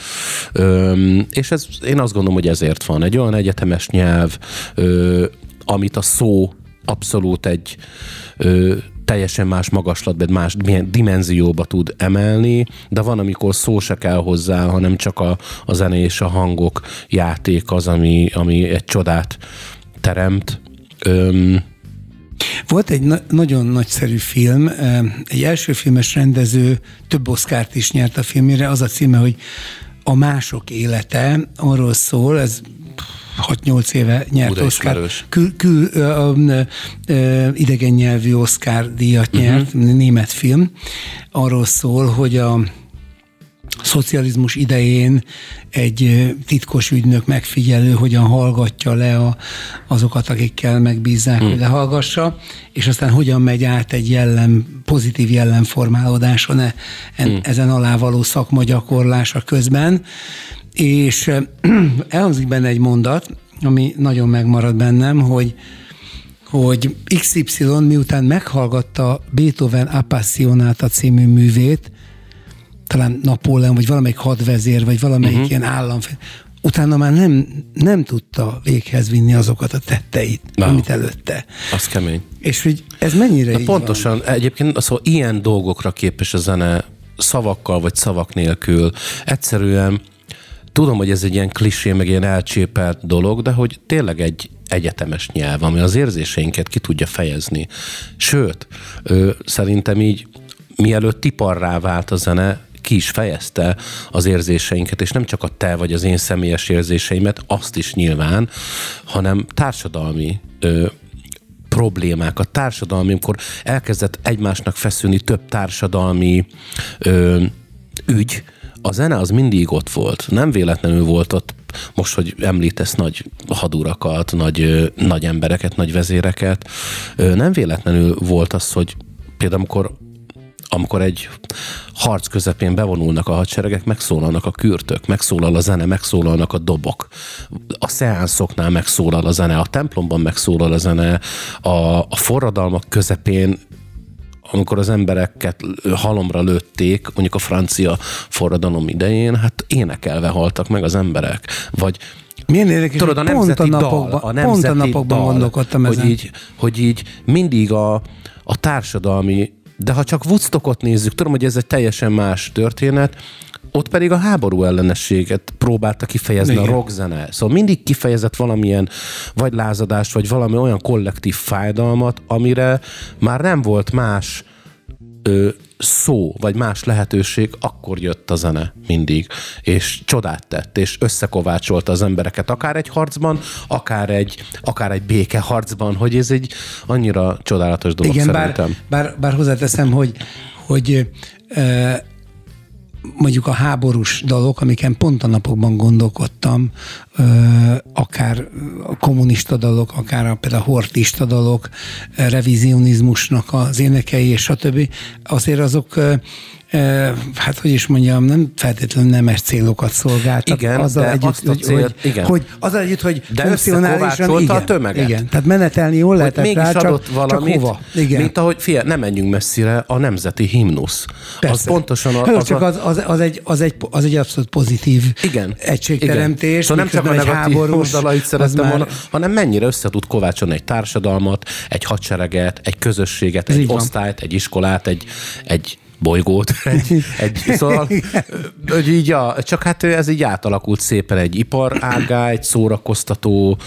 Öm, és ez, én azt gondolom, hogy ezért van. Egy olyan egyetemes nyelv, ö, amit a szó abszolút egy ö, teljesen más magaslatba, más dimenzióba tud emelni, de van, amikor szó se kell hozzá, hanem csak a, a zene és a hangok játék az, ami, ami egy csodát teremt. Öm, Volt egy na- nagyon nagyszerű film, egy első filmes rendező több Oscart is nyert a filmére, az a címe, hogy A mások élete, arról szól, ez hat-nyolc éve nyert Uda Oscar, kül, kül, ö, ö, ö, idegen nyelvű Oscar díjat nyert, uh-huh. német film, arról szól, hogy a szocializmus idején egy titkos ügynök megfigyelő hogyan hallgatja le a, azokat, akikkel megbízzák, hmm. hogy lehallgassa, és aztán hogyan megy át egy jellem, pozitív jellemformálódáson e, hmm. ezen alá való szakmagyakorlása közben, és elhangzik benne egy mondat, ami nagyon megmarad bennem, hogy hogy iksz ipszilon miután meghallgatta Beethoven Appassionata című művét, talán Napóleon, vagy valamelyik hadvezér, vagy valamelyik uh-huh. ilyen államfő, utána már nem, nem tudta véghez vinni azokat a tetteit, no. amit előtte. Az kemény. És hogy ez mennyire Na így pontosan, van? Egyébként szóval ilyen dolgokra képes a zene szavakkal, vagy szavak nélkül. Egyszerűen tudom, hogy ez egy ilyen klisé, meg ilyen elcsépelt dolog, de hogy tényleg egy egyetemes nyelv, ami az érzéseinket ki tudja fejezni. Sőt, ö, szerintem így mielőtt iparrá vált a zene, ki is fejezte az érzéseinket, és nem csak a te vagy az én személyes érzéseimet, azt is nyilván, hanem társadalmi ö, problémákat, társadalmi, amikor elkezdett egymásnak feszülni több társadalmi ö, ügy, a zene az mindig ott volt. Nem véletlenül volt ott, most, hogy említesz nagy hadurakat, nagy, ö, nagy embereket, nagy vezéreket, ö, nem véletlenül volt az, hogy például amikor amikor egy harc közepén bevonulnak a hadseregek, megszólalnak a kürtök, megszólal a zene, megszólalnak a dobok. A szeánszoknál megszólal a zene, a templomban megszólal a zene, a, a forradalmak közepén, amikor az embereket halomra lőtték, mondjuk a francia forradalom idején, hát énekelve haltak meg az emberek. Vagy milyen érdekes, tudod, a nemzeti pont a dal, napokban, a nemzeti pont a napokban dal, gondolkodtam hogy ezen. így, hogy így mindig a, a társadalmi, de ha csak Woodstockot nézzük, tudom, hogy ez egy teljesen más történet, ott pedig a háború ellenességet próbálta kifejezni igen. a rockzene. Szóval mindig kifejezett valamilyen vagy lázadást, vagy valami olyan kollektív fájdalmat, amire már nem volt más ö, szó, vagy más lehetőség, akkor jött a zene mindig, és csodát tett, és összekovácsolta az embereket, akár egy harcban, akár egy, akár egy békeharcban, hogy ez egy annyira csodálatos dolog. Igen, szerintem. Bár, bár, bár hozzáteszem, hogy, hogy e, mondjuk a háborús dalok, amiken pont a napokban gondolkodtam, akár a kommunista dalok, akár a, például a hortista dalok, revizionizmusnak az énekei, és stb. Azért azok, hát hogy is mondjam, nem feltétlenül nemes célokat szolgáltak. Igen, azzal de együtt, azt a cél, hogy, igen. hogy azzal együtt, hogy de funkcionálisan, igen, a tömeget. Igen, tehát menetelni jól hogy lehetett mégis rá, adott csak, valamit, csak hova. Igen. Mint ahogy, figyelj, nem menjünk messzire, a nemzeti himnusz. Persze. Az pontosan a, az, az, csak az, az, az, egy, az, egy, az egy abszolút pozitív igen, egységteremtés. Szóval nem csak a negatív oldalait szerettem már... volna, hanem mennyire össze tud kovácsolni egy társadalmat, egy hadsereget, egy közösséget, ez egy osztályt, egy iskolát, egy, egy bolygót. Egy, egy, szóval, hogy így, ja, csak hát ez így átalakult szépen egy iparággá, egy szórakoztató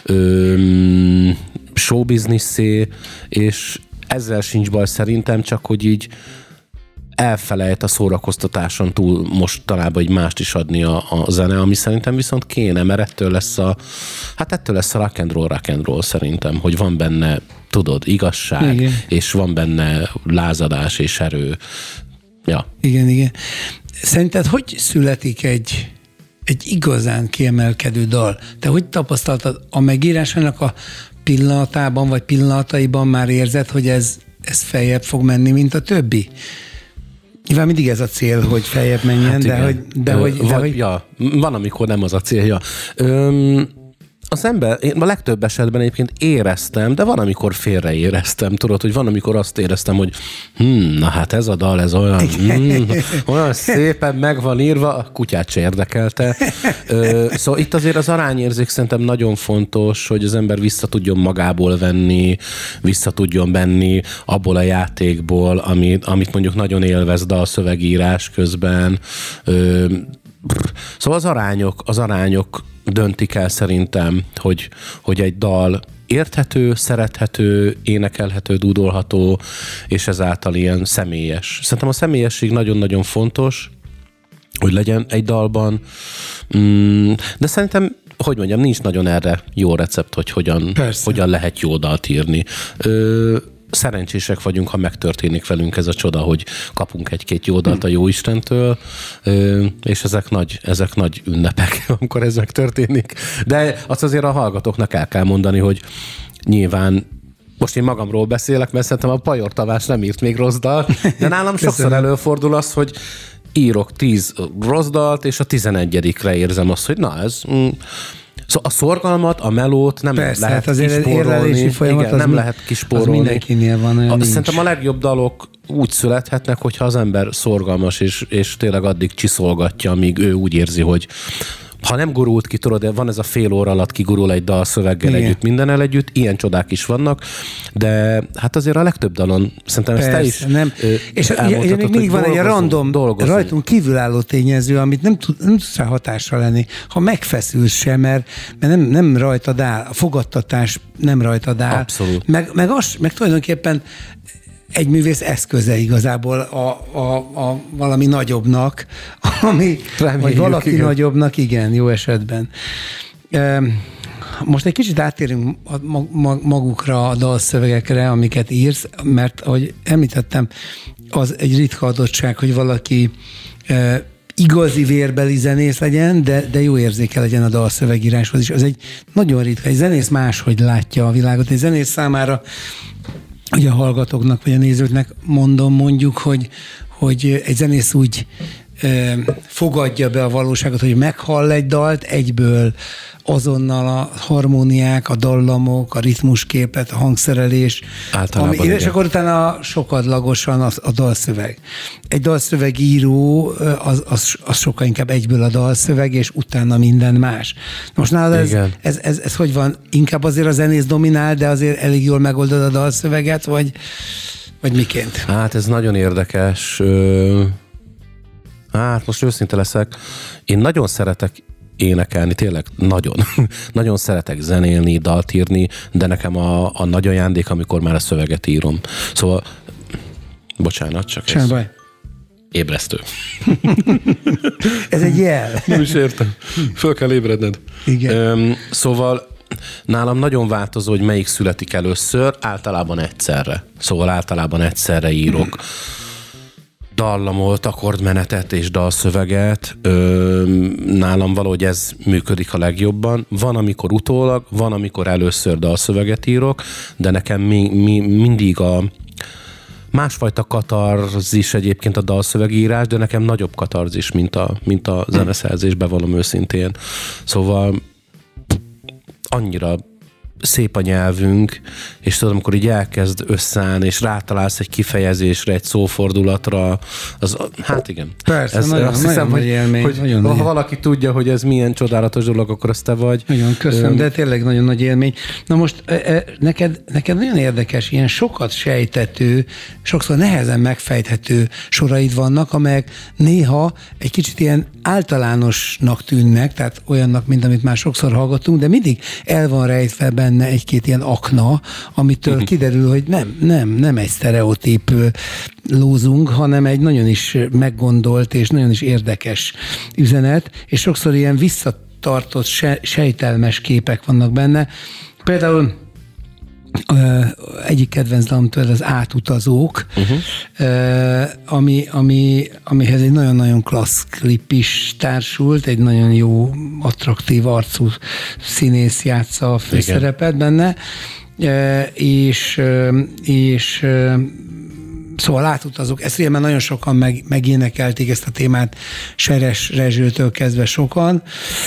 öm, showbizniszé, és ezzel sincs baj szerintem, csak hogy így elfelejt a szórakoztatáson túl mostanában egy mást is adni a, a zene, ami szerintem viszont kéne, mert ettől lesz a, hát ettől lesz a rock and roll, rock and roll szerintem, hogy van benne, tudod, igazság, igen. és van benne lázadás és erő. Ja. Igen, igen. Szerinted hogy születik egy, egy igazán kiemelkedő dal? Te hogy tapasztaltad a megírásának a pillanatában, vagy pillanataiban már érzed, hogy ez, ez feljebb fog menni, mint a többi? Nyilván mindig ez a cél, hogy feljebb menjen, hát de, hogy, de, Ö, hogy, de vagy, hogy... Ja, van, amikor nem az a célja. Öm, az ember, én a legtöbb esetben egyébként éreztem, de van, amikor félre éreztem, tudod, hogy van, amikor azt éreztem, hogy hm, na hát ez a dal, ez olyan, hm, olyan szépen meg van írva, a kutyát se érdekelte. Ö, szóval itt azért az arányérzék szerintem nagyon fontos, hogy az ember vissza tudjon magából venni, vissza tudjon venni abból a játékból, amit, amit mondjuk nagyon élvez dalszövegírás közben. Ö, Szóval az arányok, az arányok döntik el szerintem, hogy, hogy egy dal érthető, szerethető, énekelhető, dúdolható, és ezáltal ilyen személyes. Szerintem a személyesség nagyon-nagyon fontos, hogy legyen egy dalban, de szerintem, hogy mondjam, nincs nagyon erre jó recept, hogy hogyan, hogyan lehet jó dalt írni. Ö, Szerencsések vagyunk, ha megtörténik velünk ez a csoda, hogy kapunk egy-két jó dalt a Jóistentől, és ezek nagy, ezek nagy ünnepek, amikor ez megtörténik. De azt azért a hallgatóknak el kell mondani, hogy nyilván most én magamról beszélek, mert szerintem a Pajor Tamás nem írt még rossz dalt, de nálam sokszor előfordul az, hogy írok tíz rossz dalt, és a tizenegyedikre érzem azt, hogy na ez... Mm, Szóval a szorgalmat, a melót nem Persze, lehet hát azért kispórolni. Folyamat, igen, nem mi, lehet kispórolni. Az mindenkinél van, olyan a, nincs. Szerintem a legjobb dalok úgy születhetnek, hogyha az ember szorgalmas, és, és tényleg addig csiszolgatja, amíg ő úgy érzi, hogy ha nem gurult ki, tudod, de van ez a fél óra alatt kigurul egy dal szöveggel igen. együtt, mindennel együtt, ilyen csodák is vannak, de hát azért a legtöbb dalon szerintem ezt te is nem. És ugye még mindig van egy random, dolgozunk. Rajtunk kívülálló tényező, amit nem, tud, nem tudsz rá hatásra lenni, ha megfeszülsz sem, mert, mert nem, nem rajtad áll, a fogadtatás nem rajtad áll. Abszolút. Meg, meg, az, meg tulajdonképpen egy művész eszköze igazából a, a, a valami nagyobbnak, ami, Reméljük, vagy valaki igen. nagyobbnak, igen, jó esetben. Most egy kicsit átérünk magukra a dalszövegekre, amiket írsz, mert ahogy említettem, az egy ritka adottság, hogy valaki igazi vérbeli zenész legyen, de, de jó érzéke legyen a dalszövegíráshoz is. Az egy nagyon ritka. Egy zenész máshogy látja a világot. Egy zenész számára hogy a hallgatóknak, vagy a nézőknek mondom mondjuk, hogy, hogy egy zenész úgy e, fogadja be a valóságot, hogy meghall egy dalt, egyből azonnal a harmóniák, a dallamok, a ritmusképet, a hangszerelés, ami, és akkor utána sokadlagosan a, a dalszöveg. Egy dalszövegíró az, az, az sokkal inkább egyből a dalszöveg, és utána minden más. Most nálad ez, ez, ez, ez, ez hogy van? Inkább azért a zenész dominál, de azért elég jól megoldod a dalszöveget, vagy, vagy miként? Hát ez nagyon érdekes. Hát most őszinte leszek. Én nagyon szeretek énekelni, tényleg nagyon. Nagyon szeretek zenélni, dalt írni, de nekem a, a nagy ajándék, amikor már a szöveget írom. Szóval, bocsánat, csak Sem ez baj. ébresztő. Ez egy jel. Nem is értem. Föl kell ébredned. Igen. Öm, szóval nálam nagyon változó, hogy melyik születik először, általában egyszerre. Szóval általában egyszerre írok. Dallamot, akkordmenetet és dalszöveget. Ö, nálam valahogy ez működik a legjobban. Van, amikor utólag, van, amikor először dalszöveget írok, de nekem mi, mi, mindig a másfajta katarzis egyébként a dalszövegírás, de nekem nagyobb katarzis, mint a, mint a zeneszerzés, bevallom őszintén. Szóval annyira szép a nyelvünk, és tudod, amikor így elkezd összeállni, és rátalálsz egy kifejezésre, egy szófordulatra, az, hát igen. Persze, ez, nagyon, azt hiszem, nagyon hogy, élmény. Hogy nagyon ha nagy valaki tudja, hogy ez milyen csodálatos dolog, akkor azt te vagy. Nagyon köszönöm, de tényleg nagyon nagy élmény. Na most neked, neked nagyon érdekes, ilyen sokat sejtető, sokszor nehezen megfejthető soraid vannak, amelyek néha egy kicsit ilyen általánosnak tűnnek, tehát olyannak, mint amit már sokszor hallgattunk, de mindig el van rejtve benne egy-két ilyen akna, amitől uh-huh. kiderül, hogy nem, nem, nem egy sztereotíp lózunk, hanem egy nagyon is meggondolt és nagyon is érdekes üzenet, és sokszor ilyen visszatartott, se, sejtelmes képek vannak benne. Például egyik kedvenc dalom tőled az Átutazók. Uh-huh. ami, ami, amihez egy nagyon-nagyon klassz klip is társult, egy nagyon jó, attraktív arcú színész játsza a főszerepet benne, és, és szóval átutazok. Ezt ugye már nagyon sokan meg, megénekelték ezt a témát, Seres Rezsőtől kezdve sokan.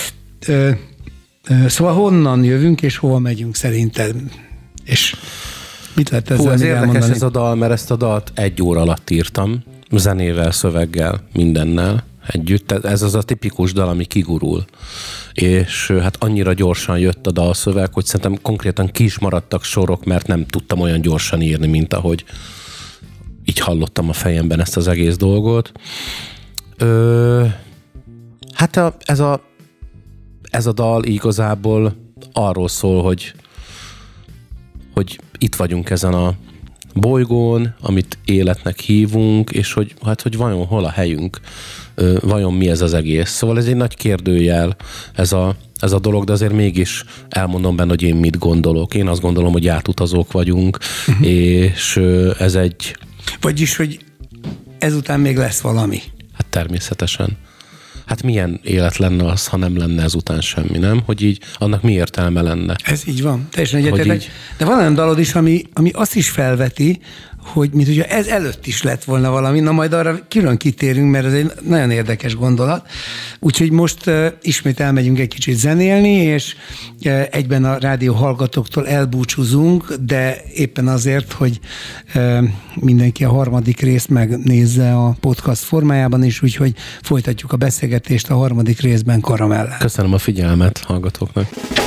Szóval honnan jövünk, és hova megyünk szerinted? És mit lehet ezzel Hú, ez érdekes elmondani? ez a dal, mert ezt a dalt egy óra alatt írtam, zenével, szöveggel, mindennel együtt. Ez az a tipikus dal, ami kigurul. És hát annyira gyorsan jött a dalszöveg, hogy szerintem konkrétan ki is maradtak sorok, mert nem tudtam olyan gyorsan írni, mint ahogy így hallottam a fejemben ezt az egész dolgot. Ö, hát a, ez, a, ez a dal igazából arról szól, hogy, hogy itt vagyunk ezen a bolygón, amit életnek hívunk, és hogy, hát, hogy vajon hol a helyünk, ö, vajon mi ez az egész. Szóval ez egy nagy kérdőjel ez a, ez a dolog, de azért mégis elmondom benne, hogy én mit gondolok. Én azt gondolom, hogy átutazók vagyunk, uh-huh. és ö, ez egy... Vagyis, hogy ezután még lesz valami. Hát természetesen. Hát milyen élet lenne az, ha nem lenne ezután semmi, nem? Hogy így annak mi értelme lenne? Ez így van. Teljesen egyetértek. Így... De van olyan dalod is, ami, ami azt is felveti, hogy mint ugye ez előtt is lett volna valami, na majd arra külön kitérünk, mert ez egy nagyon érdekes gondolat. Úgyhogy most uh, ismét elmegyünk egy kicsit zenélni, és uh, egyben a rádió hallgatóktól elbúcsúzunk, de éppen azért, hogy uh, mindenki a harmadik részt megnézze a podcast formájában is, úgyhogy folytatjuk a beszélgetést a harmadik részben Karamellel. Köszönöm a figyelmet hallgatóknak.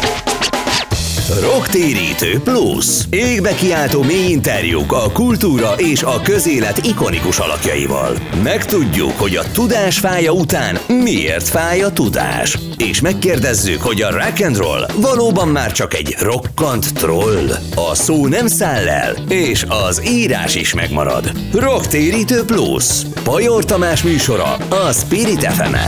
Rocktérítő Plusz. Égbe kiáltó mély interjúk a kultúra és a közélet ikonikus alakjaival. Megtudjuk, hogy a tudás fája után miért fáj a tudás. És megkérdezzük, hogy a rock and roll valóban már csak egy rokkant troll. A szó nem száll el, és az írás is megmarad. Rocktérítő Plusz. Pajor Tamás műsora a Spirit ef emen.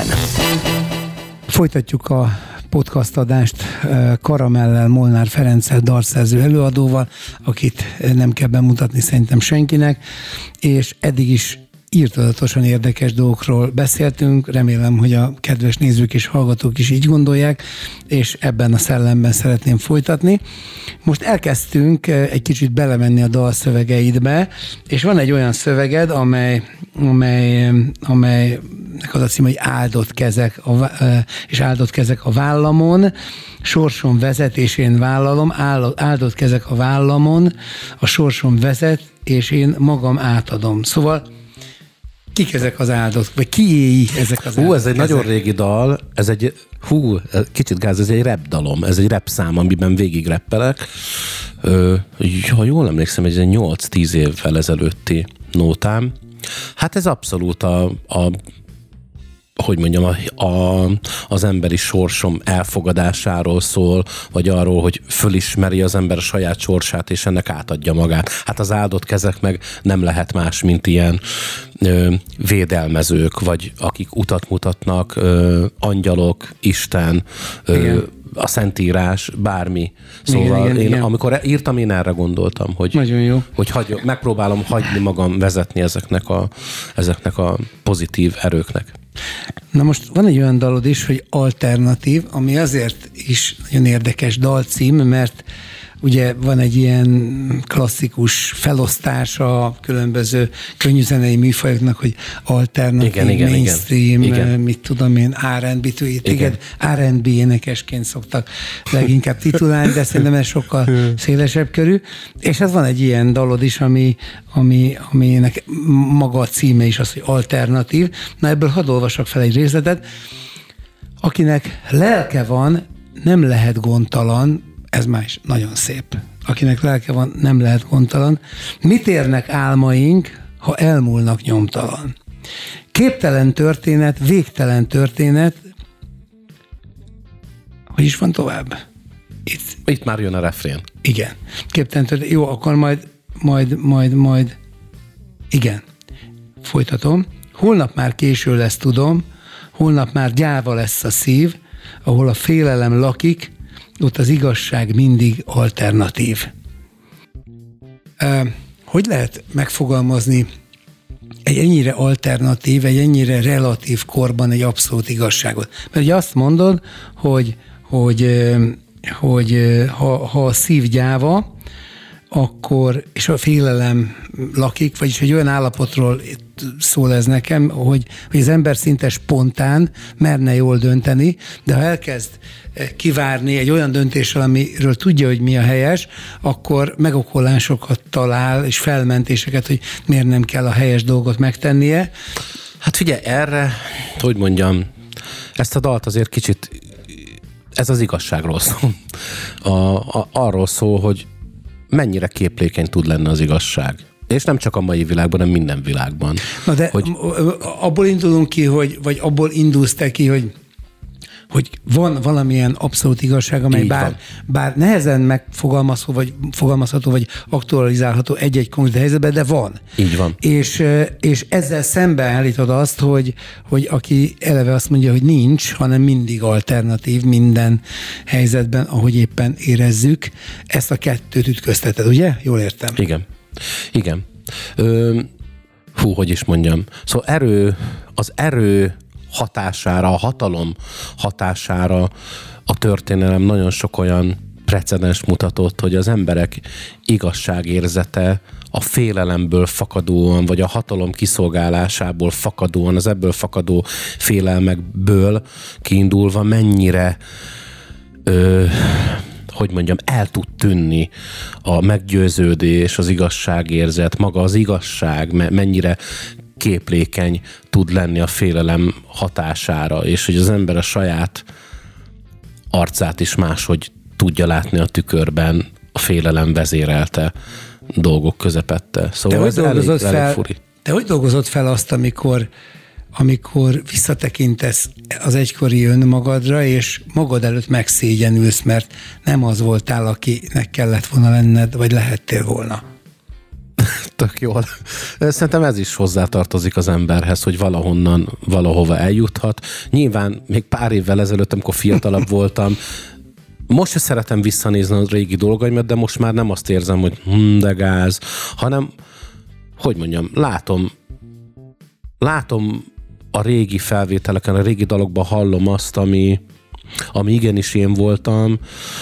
Folytatjuk a podcast adást Karamellel, Molnár Ferenccel, dalszerző előadóval, akit nem kell bemutatni szerintem senkinek, és eddig is írtozatosan érdekes dolgokról beszéltünk, remélem, hogy a kedves nézők és hallgatók is így gondolják, és ebben a szellemben szeretném folytatni. Most elkezdtünk egy kicsit belemenni a dalszövegeidbe, és van egy olyan szöveged, amely, amely, amelynek az a cím, hogy áldott kezek, a, és áldott kezek a vállamon, sorsom vezet, és én vállalom, áldott kezek a vállamon, a sorsom vezet, és én magam átadom. Szóval kik ezek az áldott, vagy kiéi ezek az Hú, ez egy kezek? nagyon régi dal, ez egy, hú, kicsit gáz, ez egy rap dalom, ez egy rap szám, amiben végig rappelek. Ö, ha jól emlékszem, ez egy nyolc-tíz évvel ezelőtti nótám. Hát ez abszolút a, a hogy mondjam, a, a, az emberi sorsom elfogadásáról szól, vagy arról, hogy fölismeri az ember a saját sorsát, és ennek átadja magát. Hát az áldott kezek meg nem lehet más, mint ilyen ö, védelmezők, vagy akik utat mutatnak, ö, angyalok, Isten, ö, a Szentírás, bármi. Szóval igen, igen, én, igen. amikor írtam, én erre gondoltam, hogy, Nagyon jó. hogy hagy, megpróbálom hagyni magam vezetni ezeknek a, ezeknek a pozitív erőknek. Na most van egy olyan dalod is, hogy alternatív, ami azért is nagyon érdekes dalcím, mert ugye van egy ilyen klasszikus felosztás a különböző könnyűzenei műfajoknak, hogy alternatív, igen, igen, mainstream, igen. mit tudom én, er and bé, téged er and bé énekesként szoktak leginkább titulálni, de szerintem ez sokkal szélesebb körű. És ez van egy ilyen dalod is, ami, ami, aminek maga a címe is az, hogy alternatív. Na ebből hadd olvasok fel egy részletet. Akinek lelke van, nem lehet gondtalan, ez már is nagyon szép. Akinek lelke van, nem lehet gondtalan. Mit érnek álmaink, ha elmúlnak nyomtalan? Képtelen történet, végtelen történet. Hogy is van tovább? Itt, Itt már jön a refrén. igen. Képtelen történet. Jó, akkor majd, majd, majd, majd. Igen. Folytatom. Holnap már késő lesz, tudom. Holnap már gyáva lesz a szív, ahol a félelem lakik, ott az igazság mindig alternatív. Hogy lehet megfogalmazni egy ennyire alternatív, egy ennyire relatív korban egy abszolút igazságot. Mert ugye azt mondod, hogy, hogy, hogy ha, ha a szív gyáva, akkor, és a félelem lakik, vagyis egy olyan állapotról szól ez nekem, hogy, hogy az ember szinte spontán merne jól dönteni, de ha elkezd kivárni egy olyan döntéssel, amiről tudja, hogy mi a helyes, akkor megokolásokat talál, és felmentéseket, hogy miért nem kell a helyes dolgot megtennie. Hát figyelj, erre, hogy mondjam, ezt a dalt azért kicsit, ez az igazságról szól. A, a, arról szól, hogy mennyire képlékeny tud lenni az igazság. És nem csak a mai világban, hanem minden világban. Na de hogy... abból indulunk ki, hogy, vagy abból indulsz te ki, hogy hogy van valamilyen abszolút igazság, amely bár, bár nehezen megfogalmazható, vagy fogalmazható, vagy aktualizálható egy-egy konkrét helyzetben, de van. Így van. És, és ezzel szemben állítod azt, hogy, hogy aki eleve azt mondja, hogy nincs, hanem mindig alternatív minden helyzetben, ahogy éppen érezzük, ezt a kettőt ütközteted, ugye? Jól értem? Igen. Igen. Ö, hú, hogy is mondjam. Szóval erő, az erő hatására, a hatalom hatására a történelem nagyon sok olyan precedens mutatott, hogy az emberek igazságérzete a félelemből fakadóan, vagy a hatalom kiszolgálásából fakadóan, az ebből fakadó félelmekből kiindulva mennyire ö, hogy mondjam, el tud tűnni a meggyőződés, az igazságérzet, maga az igazság, mennyire képlékeny tud lenni a félelem hatására, és hogy az ember a saját arcát is máshogy tudja látni a tükörben a félelem vezérelte dolgok közepette. Szóval ez elég, elég fel, furi. Te hogy dolgozott fel azt, amikor, amikor visszatekintesz az egykori önmagadra, és magad előtt megszégyenülsz, mert nem az voltál, akinek kellett volna lenned, vagy lehettél volna? Tök jól. Szerintem ez is hozzátartozik az emberhez, hogy valahonnan, valahova eljuthat. Nyilván még pár évvel ezelőtt, amikor fiatalabb voltam, most se szeretem visszanézni a régi dolgaimat, de most már nem azt érzem, hogy hm, de gáz, hanem, hogy mondjam, látom, látom a régi felvételeken, a régi dalokban hallom azt, ami, ami igenis én voltam,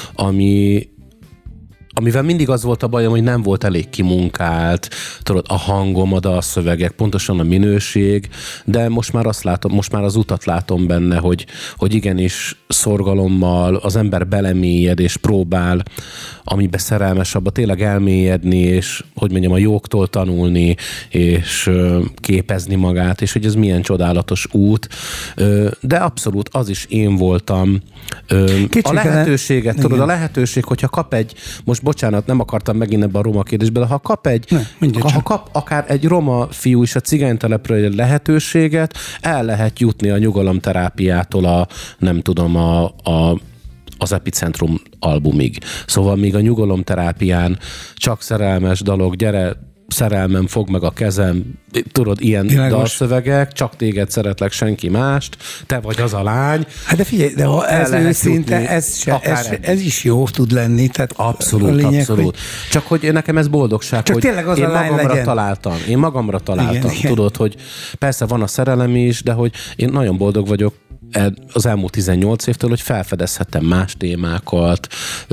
ami amivel mindig az volt a bajom, hogy nem volt elég kimunkált, tudod, a hangom, a dalszövegek, pontosan a minőség, de most már azt látom, most már az utat látom benne, hogy, hogy igenis szorgalommal az ember belemélyed és próbál, amiben szerelmes, abba tényleg elmélyedni, és hogy mondjam, a jóktól tanulni, és képezni magát, és hogy ez milyen csodálatos út. De abszolút az is én voltam. Kicsit a lehetőséget, tudod, igen. A lehetőség, hogyha kap egy, most bocsánat, nem akartam megint ebbe a roma kérdésbe, de ha kap egy, ne, ha kap akár egy roma fiú is a cigánytelepről egy lehetőséget, el lehet jutni a nyugalomterápiától a, nem tudom, a, a az Epicentrum albumig. Szóval még a nyugalomterápián csak szerelmes dalok, gyere, szerelmem, fog meg a kezem, tudod, ilyen Világos. Dalszövegek, csak téged szeretlek, senki mást, te vagy az a lány. Hát de figyelj, de ha ez őszinte, ez, se, ez, ez is jó tud lenni. Tehát abszolút, lényeg, abszolút. Hogy... Csak hogy nekem ez boldogság, csak hogy az én magamra legyen. találtam. Én magamra találtam. Igen, tudod, igen. Hogy persze van a szerelem is, de hogy én nagyon boldog vagyok az elmúlt tizennyolc évtől, hogy felfedezhettem más témákat,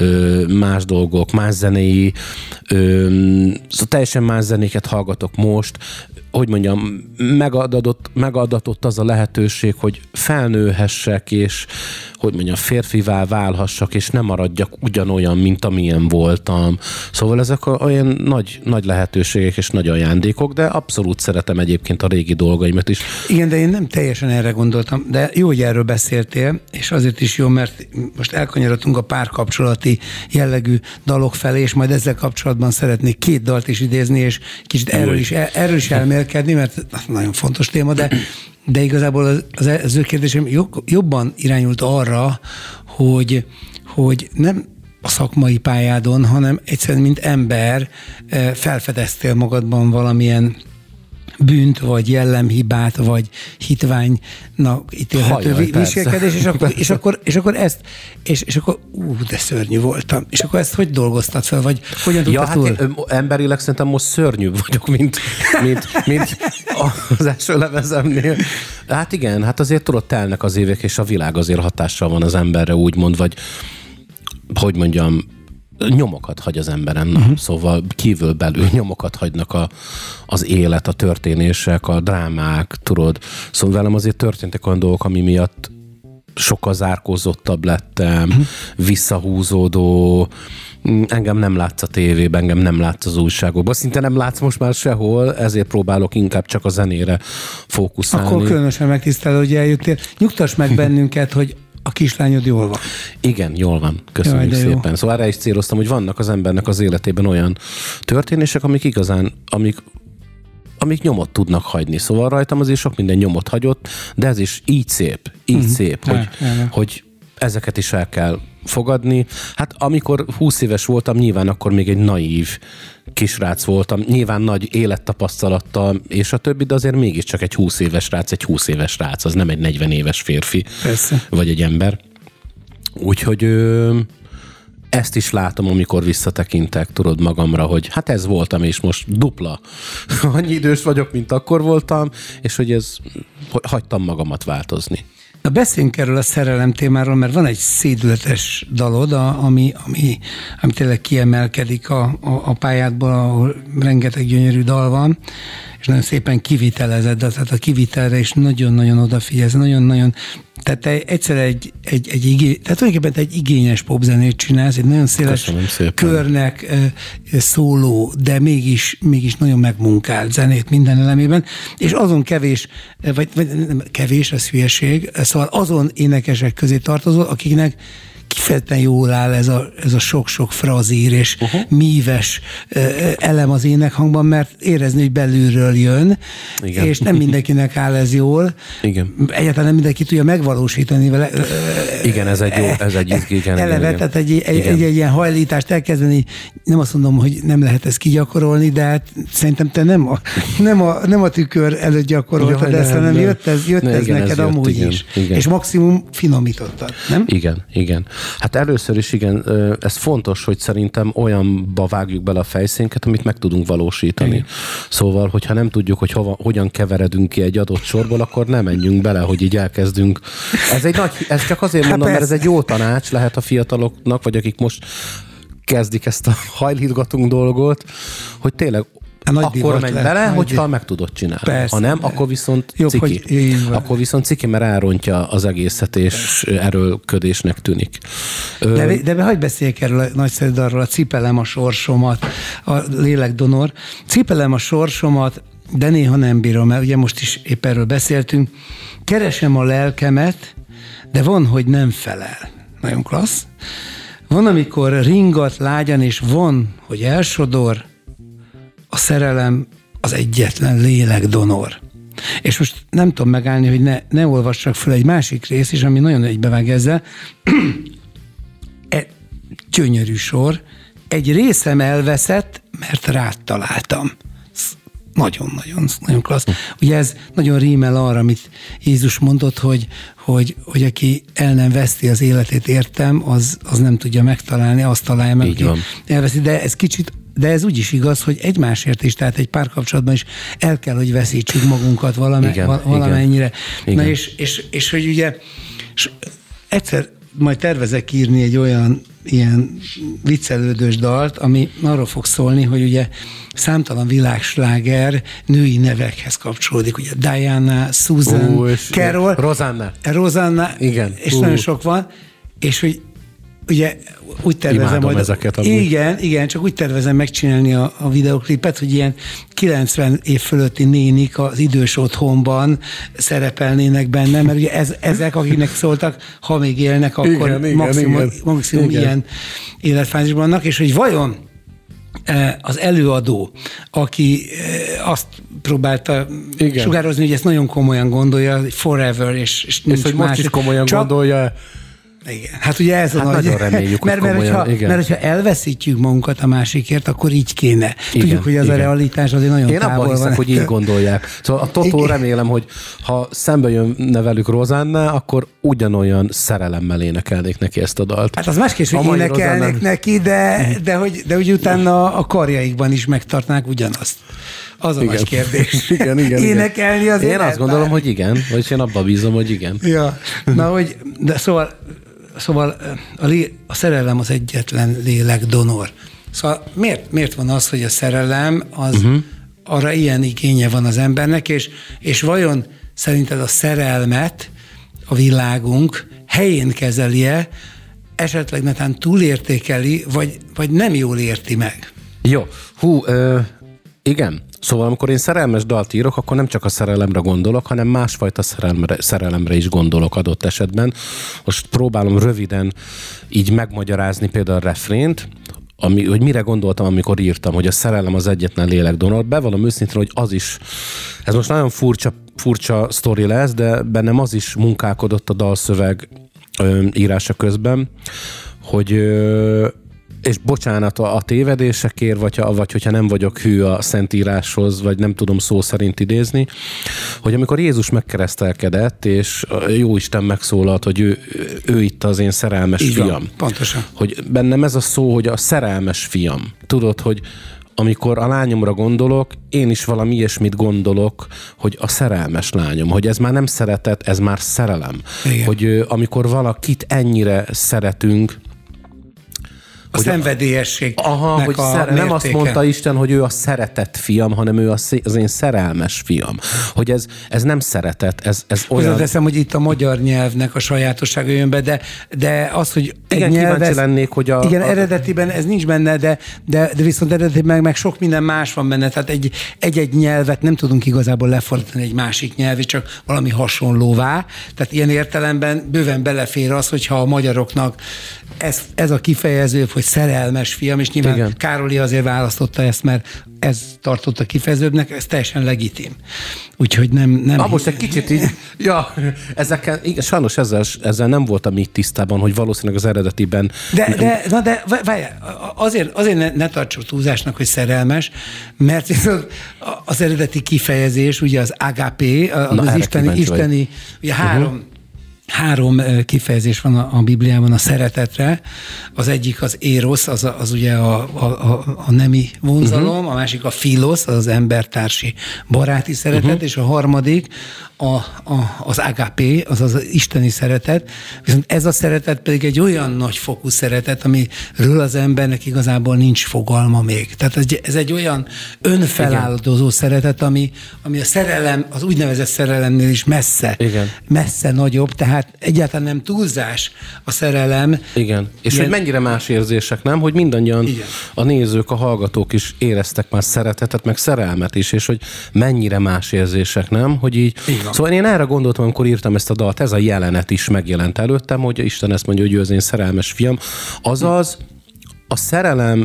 más dolgok, más zenei, szóval teljesen más zenéket hallgatok most, hogy mondjam, megadatott, megadatott az a lehetőség, hogy felnőhessek, és hogy mondjam, férfivá válhassak, és nem maradjak ugyanolyan, mint amilyen voltam. Szóval ezek olyan nagy, nagy lehetőségek és nagy ajándékok, de abszolút szeretem egyébként a régi dolgaimat is. Igen, de én nem teljesen erre gondoltam, de jó, hogy erről beszéltél, és azért is jó, mert most elkanyarodtunk a párkapcsolati jellegű dalok felé, és majd ezzel kapcsolatban szeretnék két dalt is idézni, és kicsit erről is, erről is elmélkedni, mert nagyon fontos téma, de De igazából az, az, az ő kérdésem jobban irányult arra, hogy, hogy nem a szakmai pályádon, hanem egyszerűen mint ember felfedeztél magadban valamilyen bűnt, vagy jellemhibát, vagy hitványnak ítélhető Hajjaj, viselkedés, és akkor, és akkor, és akkor ezt, és, és akkor ú, de szörnyű voltam. És akkor ezt hogy dolgoztad fel, vagy hogyan tudtad ja, túl? Hát én, emberileg szerintem most szörnyűbb vagyok, mint, mint, mint az első lemezemnél. Hát igen, hát azért tudod, telnek az évek, és a világ azért hatással van az emberre, úgymond, vagy hogy mondjam, nyomokat hagy az emberen, uh-huh. Szóval kívül belül nyomokat hagynak a, az élet, a történések, a drámák, tudod. Szóval velem azért történtek olyan dolgok, ami miatt sokkal zárkózottabb lettem, uh-huh. visszahúzódó, engem nem látsz a tévében, engem nem látsz az újságokban, szinte nem látsz most már sehol, ezért próbálok inkább csak a zenére fókuszálni. Akkor különösen megtisztelő, hogy eljöttél. Nyugtass meg bennünket, hogy a kislányod jól van. Igen, jól van. Köszönjük Jaj, szépen. Jó. Szóval erre is céloztam, hogy vannak az embernek az életében olyan történések, amik igazán, amik, amik nyomot tudnak hagyni. Szóval rajtam azért sok minden nyomot hagyott, de ez is így szép, így uh-huh. szép, hogy, ja, ja, ja. hogy ezeket is el kell fogadni. Hát amikor húsz éves voltam, nyilván akkor még egy naív kisrác voltam, nyilván nagy élettapasztalattal, és a többi, de azért mégiscsak egy húsz éves rác, egy húsz éves rác, az nem egy negyven éves férfi, Persze. vagy egy ember. Úgyhogy ö, ezt is látom, amikor visszatekintek, tudod, magamra, hogy hát ez voltam, és most dupla annyi idős vagyok, mint akkor voltam, és hogy ez, hogy hagytam magamat változni. Na beszéljünk erről a szerelem témáról, mert van egy szédületes dalod, ami, ami, ami tényleg kiemelkedik a, a, a pályádból, ahol rengeteg gyönyörű dal van, és nagyon szépen kivitelezed, tehát a kivitelre is nagyon-nagyon odafigyelsz, nagyon-nagyon, tehát te egyszer egy, egy, egy, igé, tehát tulajdonképpen te egy igényes popzenét csinálsz, egy nagyon széles körnek e, szóló, de mégis, mégis nagyon megmunkált zenét minden elemében, és azon kevés, vagy, vagy nem, kevés, ez hülyeség, szóval azon énekesek közé tartozol, akiknek kifejezetten jól áll ez a, ez a sok-sok frazír és uh-huh. míves uh, elem az énekhangban, mert érezni, hogy belülről jön, igen. és nem mindenkinek áll ez jól. Igen. Egyáltalán nem mindenki tudja megvalósítani vele. Igen, ez egy jó, ez egy igen, eleve, igen, tehát egy, egy, egy, egy ilyen hajlítást elkezdeni, nem azt mondom, hogy nem lehet ezt kigyakorolni, de hát szerintem te nem a, nem a, nem a tükör előtt gyakoroltad ja, ezt, hanem jött ez, jött ne, ez igen, neked ez amúgy jött, igen, is. Igen. És maximum finomítottad, nem? Igen, igen. Hát először is igen, ez fontos, hogy szerintem olyanba vágjuk bele a fejszénket, amit meg tudunk valósítani. Igen. Szóval, hogyha nem tudjuk, hogy hova, hogyan keveredünk ki egy adott sorból, akkor nem menjünk bele, hogy így elkezdünk. Ez egy nagy, ez csak azért mondom, hát mert ez egy jó tanács lehet a fiataloknak, vagy akik most kezdik ezt a hajlítgatunk dolgot, hogy tényleg akkor menj le, bele, hogyha div... meg tudod csinálni. Persze. Ha nem, akkor viszont Jobb, ciki. Akkor viszont ciki, mert elrontja az egészet, és erőlködésnek tűnik. De, de hagyd beszéljek erről a nagyszerű darról, a Cipelem a sorsomat, a lélekdonor. Cipelem a sorsomat, de néha nem bírom, mert ugye most is épp erről beszéltünk. Keresem a lelkemet, de van, hogy nem felel. Nagyon klassz. Van, amikor ringat lágyan, és van, hogy elsodor, a szerelem az egyetlen lélekdonor. És most nem tudom megállni, hogy ne, ne olvassak fel egy másik rész is, ami nagyon egybevág ezzel. E, gyönyörű sor. Egy részem elveszett, mert rád találtam. Nagyon-nagyon nagyon klassz. Ugye ez nagyon rímel arra, amit Jézus mondott, hogy, hogy, hogy aki el nem veszti az életét, értem, az, az nem tudja megtalálni, azt találja meg, aki elveszi. De ez kicsit De ez úgy is igaz, hogy egymásért is, tehát egy párkapcsolatban is el kell, hogy veszítsük magunkat valame, igen, valamennyire. Igen. Na és, és, és hogy ugye és egyszer majd tervezek írni egy olyan ilyen viccelődős dalt, ami arról fog szólni, hogy ugye számtalan világsláger női nevekhez kapcsolódik. Ugye Diana, Susan, Ó, Carol, Rosanna. Rosanna, igen. És Ó. nagyon sok van, és hogy ugye úgy tervezem, Imádom hogy ezeket, igen, igen, csak úgy tervezem megcsinálni a, a videoklipet, hogy ilyen kilencven év fölötti nénik az idős otthonban szerepelnének benne, mert ugye ez, ezek, akiknek szóltak, ha még élnek, akkor igen, maximum, igen, maximum igen. ilyen életfázisban vannak, és hogy vajon az előadó, aki azt próbálta igen. sugározni, hogy ezt nagyon komolyan gondolja, forever, és, és, és hogy most is komolyan csak, gondolja. Igen. Hát ugye ez hát a nagy... nagyon reméljük, mert, mert, komolyan, hogyha, mert hogyha elveszítjük magunkat a másikért, akkor így kéne. Igen, Tudjuk, hogy az igen. a realitás azért nagyon Én távol abban hiszek, van. hogy így gondolják. Szóval a Totó remélem, hogy ha szembe jönne velük Rosanna, akkor ugyanolyan szerelemmel énekelnék neki ezt a dalt. Hát az másképp, hogy énekelnek Rosanna... neki, de, de, hogy, de hogy utána a karjaikban is megtartnák ugyanazt. Az a igen. nagy kérdés. igen, igen, Énekelni igen. azért. Én azt gondolom, bár... hogy igen, vagy én abba bízom, hogy igen. Ja, na hogy, de szóval, szóval a, lé, a szerelem az egyetlen lélek donor. Szóval miért, miért van az, hogy a szerelem az uh-huh. arra ilyen igénye van az embernek, és, és vajon szerinted a szerelmet a világunk helyén kezeli-e, esetleg netán túlértékeli, vagy, vagy nem jól érti meg? Jó, hú, ö, igen. Szóval amikor én szerelmes dalt írok, akkor nem csak a szerelemre gondolok, hanem másfajta szerelemre, szerelemre is gondolok adott esetben. Most próbálom röviden így megmagyarázni például a refrént, ami, hogy mire gondoltam, amikor írtam, hogy a szerelem az egyetlen lélekdonor. Bevallom őszintén, hogy az is, ez most nagyon furcsa, furcsa sztori lesz, de bennem az is munkálkodott a dalszöveg ö, írása közben, hogy ö, és bocsánat a, a tévedésekért, vagy, vagy hogyha nem vagyok hű a Szentíráshoz, vagy nem tudom szó szerint idézni, hogy amikor Jézus megkeresztelkedett, és Jóisten megszólalt, hogy ő, ő itt az én szerelmes így fiam. Van, pontosan. Hogy bennem ez a szó, hogy a szerelmes fiam. Tudod, hogy amikor a lányomra gondolok, én is valami ilyesmit gondolok, hogy a szerelmes lányom, hogy ez már nem szeretet, ez már szerelem. Igen. Hogy amikor valakit ennyire szeretünk, a szenvedélyesség. Aha, hogy a szer- nem azt mondta Isten, hogy ő a szeretett fiam, hanem ő az én szerelmes fiam. Hogy ez, ez nem szeretet, ez, ez olyan... Hozzáteszem, hogy itt a magyar nyelvnek a sajátossága jön be, de, de az, hogy igen, egy nyelv... kíváncsi lennék, hogy a... Igen, a... eredetiben ez nincs benne, de, de, de viszont eredetiben meg, meg sok minden más van benne. Tehát egy, egy-egy nyelvet nem tudunk igazából lefordítani egy másik nyelvi, csak valami hasonlóvá. Tehát ilyen értelemben bőven belefér az, hogyha a magyaroknak ez, ez a kifejező, hogy szerelmes fiam, és nyilván igen. Károli azért választotta ezt, mert ez tartotta kifejezőbbnek, ez teljesen legitim. Úgyhogy nem... nem ah, most egy kicsit így, ja, ezekkel, igen, sajnos ezzel, ezzel nem voltam így tisztában, hogy valószínűleg az eredetiben... De, de, na de várj, azért, azért ne, ne tartsuk túlzásnak, hogy szerelmes, mert az eredeti kifejezés, ugye az agapé, az na, isteni, isteni ugye három... Uh-huh. Három kifejezés van a, a Bibliában a szeretetre. Az egyik az érosz, az, az ugye a, a, a nemi vonzalom, uh-huh. a másik a filosz, az az embertársi baráti szeretet, uh-huh. és a harmadik a, a, az agapé, az az isteni szeretet. Viszont ez a szeretet pedig egy olyan nagyfokú szeretet, amiről az embernek igazából nincs fogalma még. Tehát ez, ez egy olyan önfeláldozó szeretet, ami, ami a szerelem, az úgynevezett szerelemnél is messze, igen. messze nagyobb, tehát egyáltalán nem túlzás a szerelem. Igen. És ilyen... hogy mennyire más érzések, nem? Hogy mindannyian igen. a nézők, a hallgatók is éreztek már szeretetet, meg szerelmet is, és hogy mennyire más érzések, nem? Hogy így... Szóval én erre gondoltam, amikor írtam ezt a dalt, ez a jelenet is megjelent előttem, hogy Isten ezt mondja, hogy ő az én szerelmes fiam. Azaz a szerelem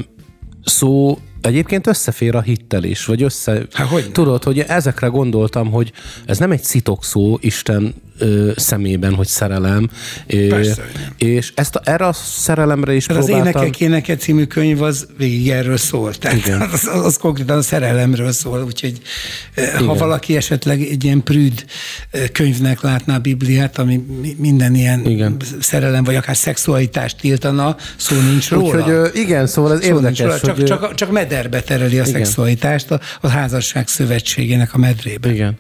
szó egyébként összefér a hittel is, vagy össze... Há, hogy tudod, hogy ezekre gondoltam, hogy ez nem egy szitokszó Isten ö, szemében, hogy szerelem. Persze, és ezt a, erre a szerelemre is hát próbáltam... Az Énekek éneke című könyv az végig erről szól. Tehát az, az, az konkrétan a szerelemről szól, úgyhogy igen. ha valaki esetleg egy ilyen prűd könyvnek látná a Bibliát, ami minden ilyen igen. szerelem, vagy akár szexualitást tiltana, szó nincs róla. Úgyhogy igen, szóval ez szó érdekes, csak, hogy... Csak, csak mederbe tereli a igen. szexualitást a, a házasság szövetségének a medrébe. Igen.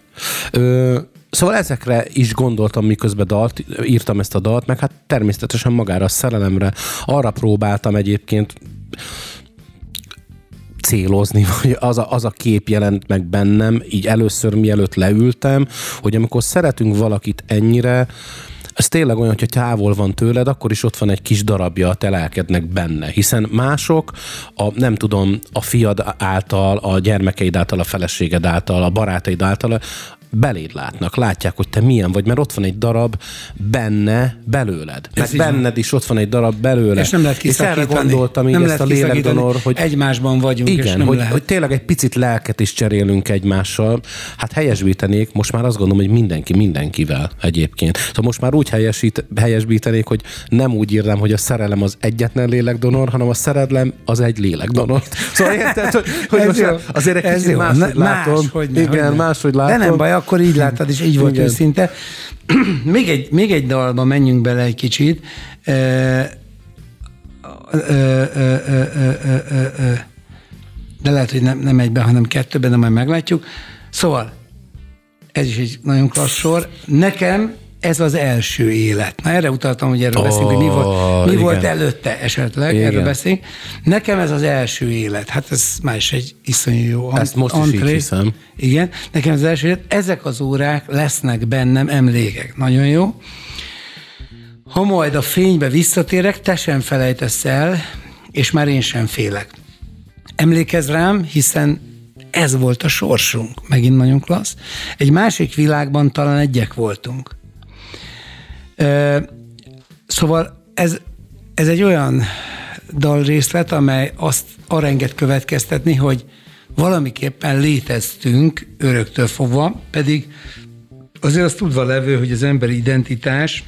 Ö, szóval ezekre is gondoltam, miközben dalt, írtam ezt a dalt, meg hát természetesen magára a szerelemre. Arra próbáltam egyébként célozni, hogy az a, az a kép jelent meg bennem, így először mielőtt leültem, hogy amikor szeretünk valakit ennyire, ez tényleg olyan, hogy távol van tőled, akkor is ott van egy kis darabja a te lelkednek benne. Hiszen mások, a, nem tudom, a fiad által, a gyermekeid által, a feleséged által, a barátaid által beléd látnak, látják, hogy te milyen vagy, mert ott van egy darab benne belőled. Meg benned is ott van egy darab belőle. És nem lehet kiszakítani. És erre gondoltam így nem ezt a lélekdonor, hogy egymásban vagyunk, igen, és nem hogy, lehet. hogy tényleg egy picit lelket is cserélünk egymással. Hát helyesbítenék, most már azt gondolom, hogy mindenki mindenkivel egyébként. Szóval most már úgy helyesít, helyesbítenék, hogy nem úgy írnám, hogy a szerelem az egyetlen lélekdonor, hanem a szerelem az egy lélekdonor. Szóval érted, hogy, hogy most azért egy kicsit máshogy látom. Más, hogyne, igen, hogyne. máshogy látom. De nem baj, akkor így láttad, és így volt igen. őszinte. még, egy, még egy dalba menjünk bele egy kicsit. Ö, ö, ö, ö, ö, ö, ö, ö. De lehet, hogy nem, nem egyben, hanem kettőben, de majd meglátjuk. Szóval, ez is egy nagyon klassz sor. Nekem ez az első élet. Na erre utaltam, hogy erről oh, beszélünk, hogy mi volt, mi volt előtte esetleg, igen. Erről beszélünk. Nekem ez az első élet. Hát ez már is egy iszonyú jó Ezt most antré. is így hiszem. Igen, nekem ez az első élet. Ezek az órák lesznek bennem emlékek. Nagyon jó. Ha majd a fénybe visszatérek, te sem felejtesz el, és már én sem félek. Emlékezz rám, hiszen ez volt a sorsunk. Megint nagyon klassz. Egy másik világban talán egyek voltunk. Szóval ez, ez egy olyan dalrészlet, amely azt arra enged következtetni, hogy valamiképpen léteztünk öröktől fogva, pedig azért azt tudva levő, hogy az emberi identitás,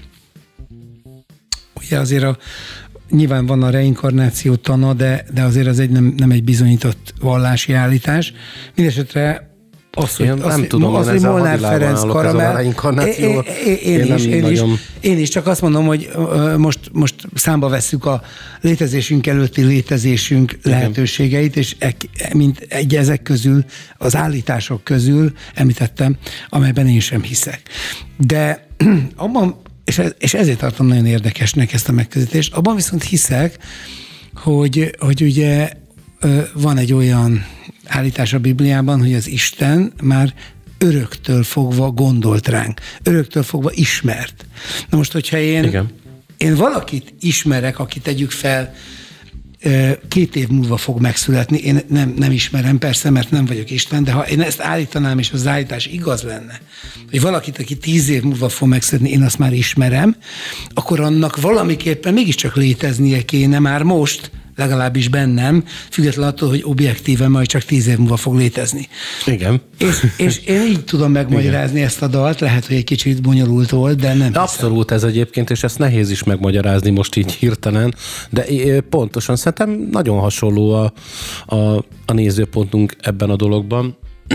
ugye azért a, nyilván van a reinkarnáció tana, de, de azért az egy nem, nem egy bizonyított vallási állítás. Mindenesetre azt, hogy, én azt, nem tudom, azt, hogy Molnár Ferenc karamell. Én, én, én, is, én, nagyon... is, én is csak azt mondom, hogy most, most számba vesszük a létezésünk előtti létezésünk igen. lehetőségeit, és mint egy ezek közül, az állítások közül említettem, amelyben én sem hiszek. De abban, és, és ezért tartom nagyon érdekesnek ezt a megközelítést, abban viszont hiszek, hogy, hogy ugye van egy olyan állítás a Bibliában, hogy az Isten már öröktől fogva gondolt ránk. Öröktől fogva ismert. Na most, hogyha én, Igen. én valakit ismerek, akit tegyük fel, két év múlva fog megszületni, én nem, nem ismerem persze, mert nem vagyok Isten, de ha én ezt állítanám, és az állítás igaz lenne, hogy valakit, aki tíz év múlva fog megszületni, én azt már ismerem, akkor annak valamiképpen mégiscsak léteznie kéne már most, legalábbis bennem, függetlenül attól, hogy objektíven majd csak tíz év múlva fog létezni. Igen. És, és én így tudom megmagyarázni Igen. ezt a dalt, lehet, hogy egy kicsit bonyolult volt, de nem Abszolút hiszem. Ez egyébként, és ezt nehéz is megmagyarázni most így hirtelen, de pontosan szerintem nagyon hasonló a, a, a nézőpontunk ebben a dologban.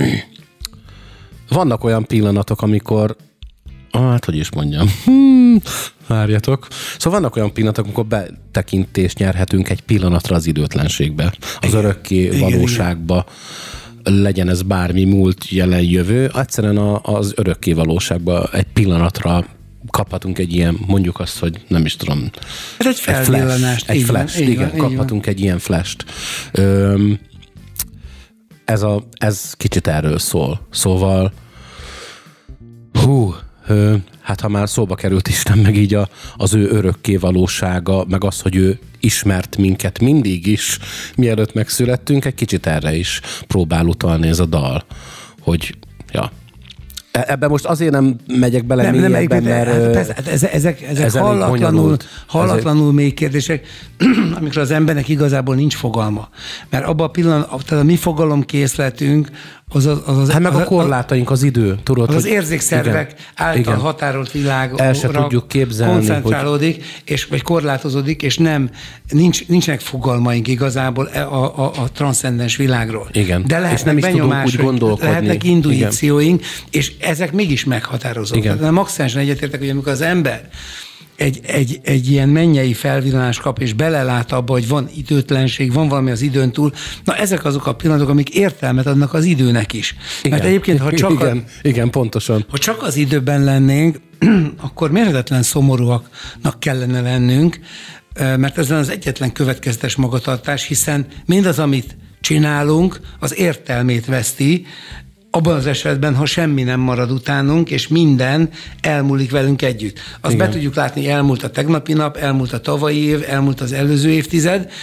Vannak olyan pillanatok, amikor hát, hogy is mondjam, hmm, várjatok. Szóval vannak olyan pillanatok, amikor betekintést nyerhetünk egy pillanatra az időtlenségbe, az igen. örökké igen, valóságba, igen. legyen ez bármi múlt, jelen, jövő, egyszerűen az örökké valóságba egy pillanatra kaphatunk egy ilyen, mondjuk azt, hogy nem is tudom, ez egy felvillanást. Egy flash, igen, igen van, kaphatunk egy ilyen flash-t. Öm, ez, a, ez kicsit erről szól. Szóval hú, hát ha már szóba került Isten, meg így a, az ő örökké valósága, meg az, hogy ő ismert minket mindig is, mielőtt megszülettünk, egy kicsit erre is próbál utalni ez a dal, hogy ja. Ebben most azért nem megyek bele nem, mélyebben, nem, mert... Persze, ezek ezek, ezek hallatlanul, hallatlanul mély kérdések, amikor az embernek igazából nincs fogalma. Mert abban a pillanatban, tehát a mi fogalomkészletünk, az az, az, az hát meg a korlátaink, az idő. Tudod, az, az érzékszervek igen, által igen. határolt világra el se tudjuk képzelni, koncentrálódik, hogy... és, vagy korlátozódik, és nem, nincs, nincsenek fogalmaink igazából a, a, a transzcendens világról. Igen. De lehetnek és nem is benyomások, tudunk úgy gondolkodni. lehetnek intuícióink, és ezek mégis meghatározók. Tehát maximálisan egyetértek, hogy amikor az ember Egy, egy, egy ilyen mennyei felvillanás kap, és belelát abba, hogy van időtlenség, van valami az időn túl. Na ezek azok a pillanatok, amik értelmet adnak az időnek is. Igen. Mert egyébként, ha csak, igen, a, igen, pontosan. Ha csak az időben lennénk, akkor mérhetetlen szomorúaknak kellene lennünk, mert ez az egyetlen következetes magatartás, hiszen mindaz, amit csinálunk, az értelmét veszti, abban az esetben, ha semmi nem marad utánunk, és minden elmúlik velünk együtt. Azt Igen. be tudjuk látni, elmúlt a tegnapi nap, elmúlt a tavalyi év, elmúlt az előző évtized,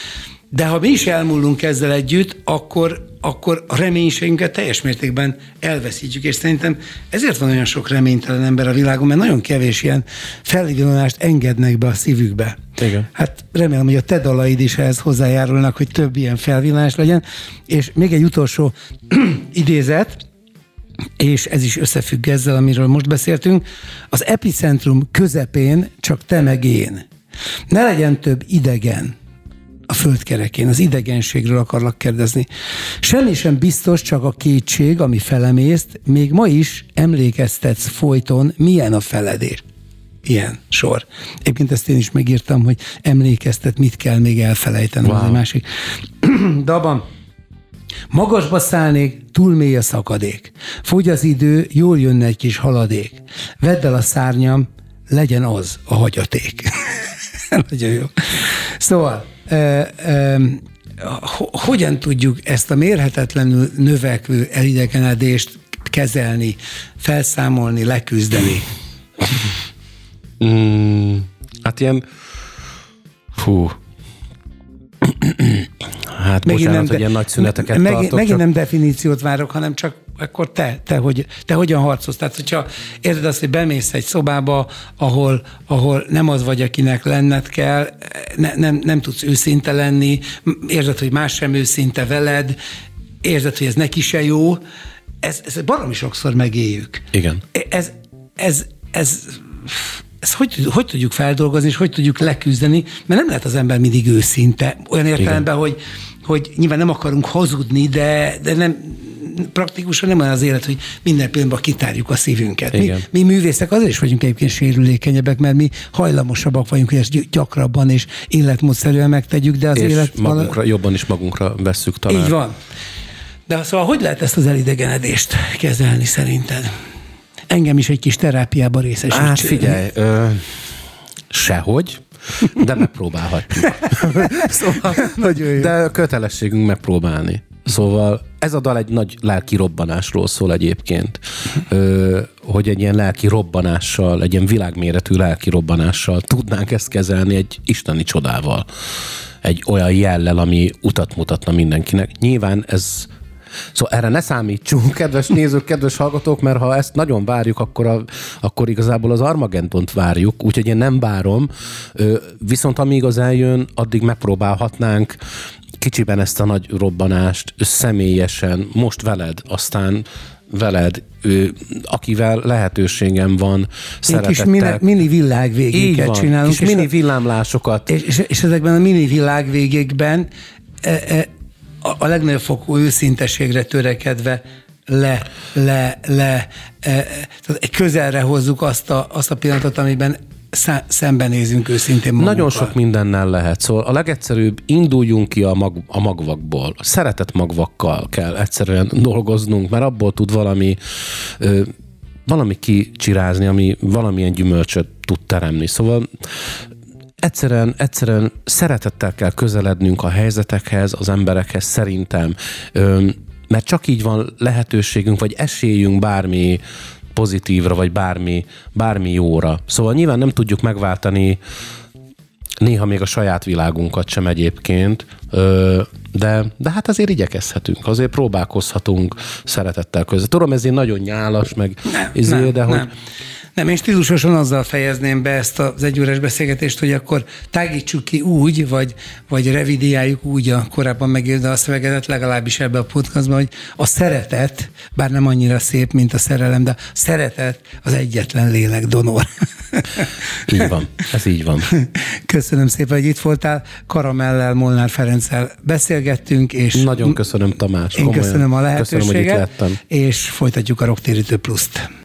De ha mi is elmúlunk ezzel együtt, akkor, akkor a reménységünket teljes mértékben elveszítjük, és szerintem ezért van olyan sok reménytelen ember a világon, mert nagyon kevés ilyen felvillanást engednek be a szívükbe. Igen. Hát remélem, hogy a te dalaid is ehhez hozzájárulnak, hogy több ilyen felvillanás legyen. És még egy utolsó idézet, és ez is összefügg ezzel, amiről most beszéltünk. Az epicentrum közepén csak te meg én. Ne legyen több idegen a földkerekén, az idegenségről akarlak kérdezni. Semmi sem biztos, csak a kétség, ami felemészt, még ma is emlékeztetsz folyton, milyen a feledés. Ilyen sor. Egyébként ezt én is megírtam, hogy emlékeztet, mit kell még elfelejtenem. Wow. Az egy másik dalban. Magasba szállnék, túl mély a szakadék. Fogy az idő, jól jönne egy kis haladék. Vedd el a szárnyam, legyen az a hagyaték. Nagyon jó. Szóval, ö, ö, hogyan tudjuk ezt a mérhetetlenül növekvő elidegenedést kezelni, felszámolni, leküzdeni? Mm, hát ilyen... Fú... Hát megint bocsánat, hogy ilyen nagy szüneteket meg, tartok. Megint csak... nem definíciót várok, hanem csak akkor te, te, hogy, te hogyan harcolsz. Tehát, hogyha érted azt, hogy bemész egy szobába, ahol, ahol nem az vagy, akinek lenned kell, ne, nem, nem tudsz őszinte lenni, érzed, hogy más sem őszinte veled, érzed, hogy ez neki se jó, ez, ez baromi sokszor megéljük. Igen. Ez, ez, ez, ezt hogy, hogy tudjuk feldolgozni, és hogy tudjuk leküzdeni, mert nem lehet az ember mindig őszinte. Olyan értelemben, hogy, hogy nyilván nem akarunk hazudni, de, de nem, praktikusan nem olyan az élet, hogy minden pillanatban kitárjuk a szívünket. Mi, mi művészek azért is vagyunk egyébként sérülékenyebbek, mert mi hajlamosabbak vagyunk, hogy ezt gyakrabban és életmódszerűen megtegyük, de az és élet... magunkra, vala... jobban is magunkra vesszük talán. Így van. De szóval hogy lehet ezt az elidegenedést kezelni szerinted? Engem is egy kis terápiába részesíteni. Hát figyelj, ö, sehogy, de megpróbálhatjuk. Szóval, de kötelességünk megpróbálni. Szóval ez a dal egy nagy lelki robbanásról szól egyébként, ö, hogy egy ilyen lelki robbanással, egy ilyen világméretű lelki robbanással tudnánk ezt kezelni egy isteni csodával. Egy olyan jellel, ami utat mutatna mindenkinek. Nyilván ez... Szóval erre ne számítsunk, kedves nézők, kedves hallgatók, mert ha ezt nagyon várjuk, akkor, a, akkor igazából az Armageddont várjuk, úgyhogy én nem várom, viszont amíg az eljön, addig megpróbálhatnánk kicsiben ezt a nagy robbanást személyesen, most veled, aztán veled, ő, akivel lehetőségem van, szeretettel. Kis mini, mini világvégéket csinálunk. Kis mini villámlásokat. És, és, és ezekben a mini világvégékben e, e, a legnagyobb fokú őszinteségre törekedve le, le, le, e, közelre hozzuk azt a, azt a pillanatot, amiben szá, szembenézünk őszintén magunkkal. Nagyon sok mindennel lehet. Szóval a legegyszerűbb, induljunk ki a, mag, a magvakból. A szeretet magvakkal kell egyszerűen dolgoznunk, mert abból tud valami, ö, valami kicsirázni, ami valamilyen gyümölcsöt tud teremni. Szóval Egyszerűen, egyszerűen szeretettel kell közelednünk a helyzetekhez, az emberekhez szerintem, mert csak így van lehetőségünk, vagy esélyünk bármi pozitívra, vagy bármi, bármi jóra. Szóval nyilván nem tudjuk megváltani néha még a saját világunkat sem egyébként, de, de hát azért igyekezhetünk, azért próbálkozhatunk szeretettel között. Tudom, ez én nagyon nyálas, meg nem, izé, nem, de hogy... Nem. Nem, én stílusosan azzal fejezném be ezt az egyórás beszélgetést, hogy akkor tágítsuk ki úgy, vagy, vagy revidiáljuk úgy a korábban megírta a szövegedet, legalábbis ebbe a podcastban, hogy a szeretet, bár nem annyira szép, mint a szerelem, de a szeretet az egyetlen lélek donor. Így van, ez így van. Köszönöm szépen, hogy itt voltál. Karamellel, Molnár Ferenccel beszélgettünk, és... Nagyon köszönöm, Tamás. Én komolyan. köszönöm a lehetőséget, köszönöm, hogy itt lettem. És folytatjuk a Rocktérítő Pluszt.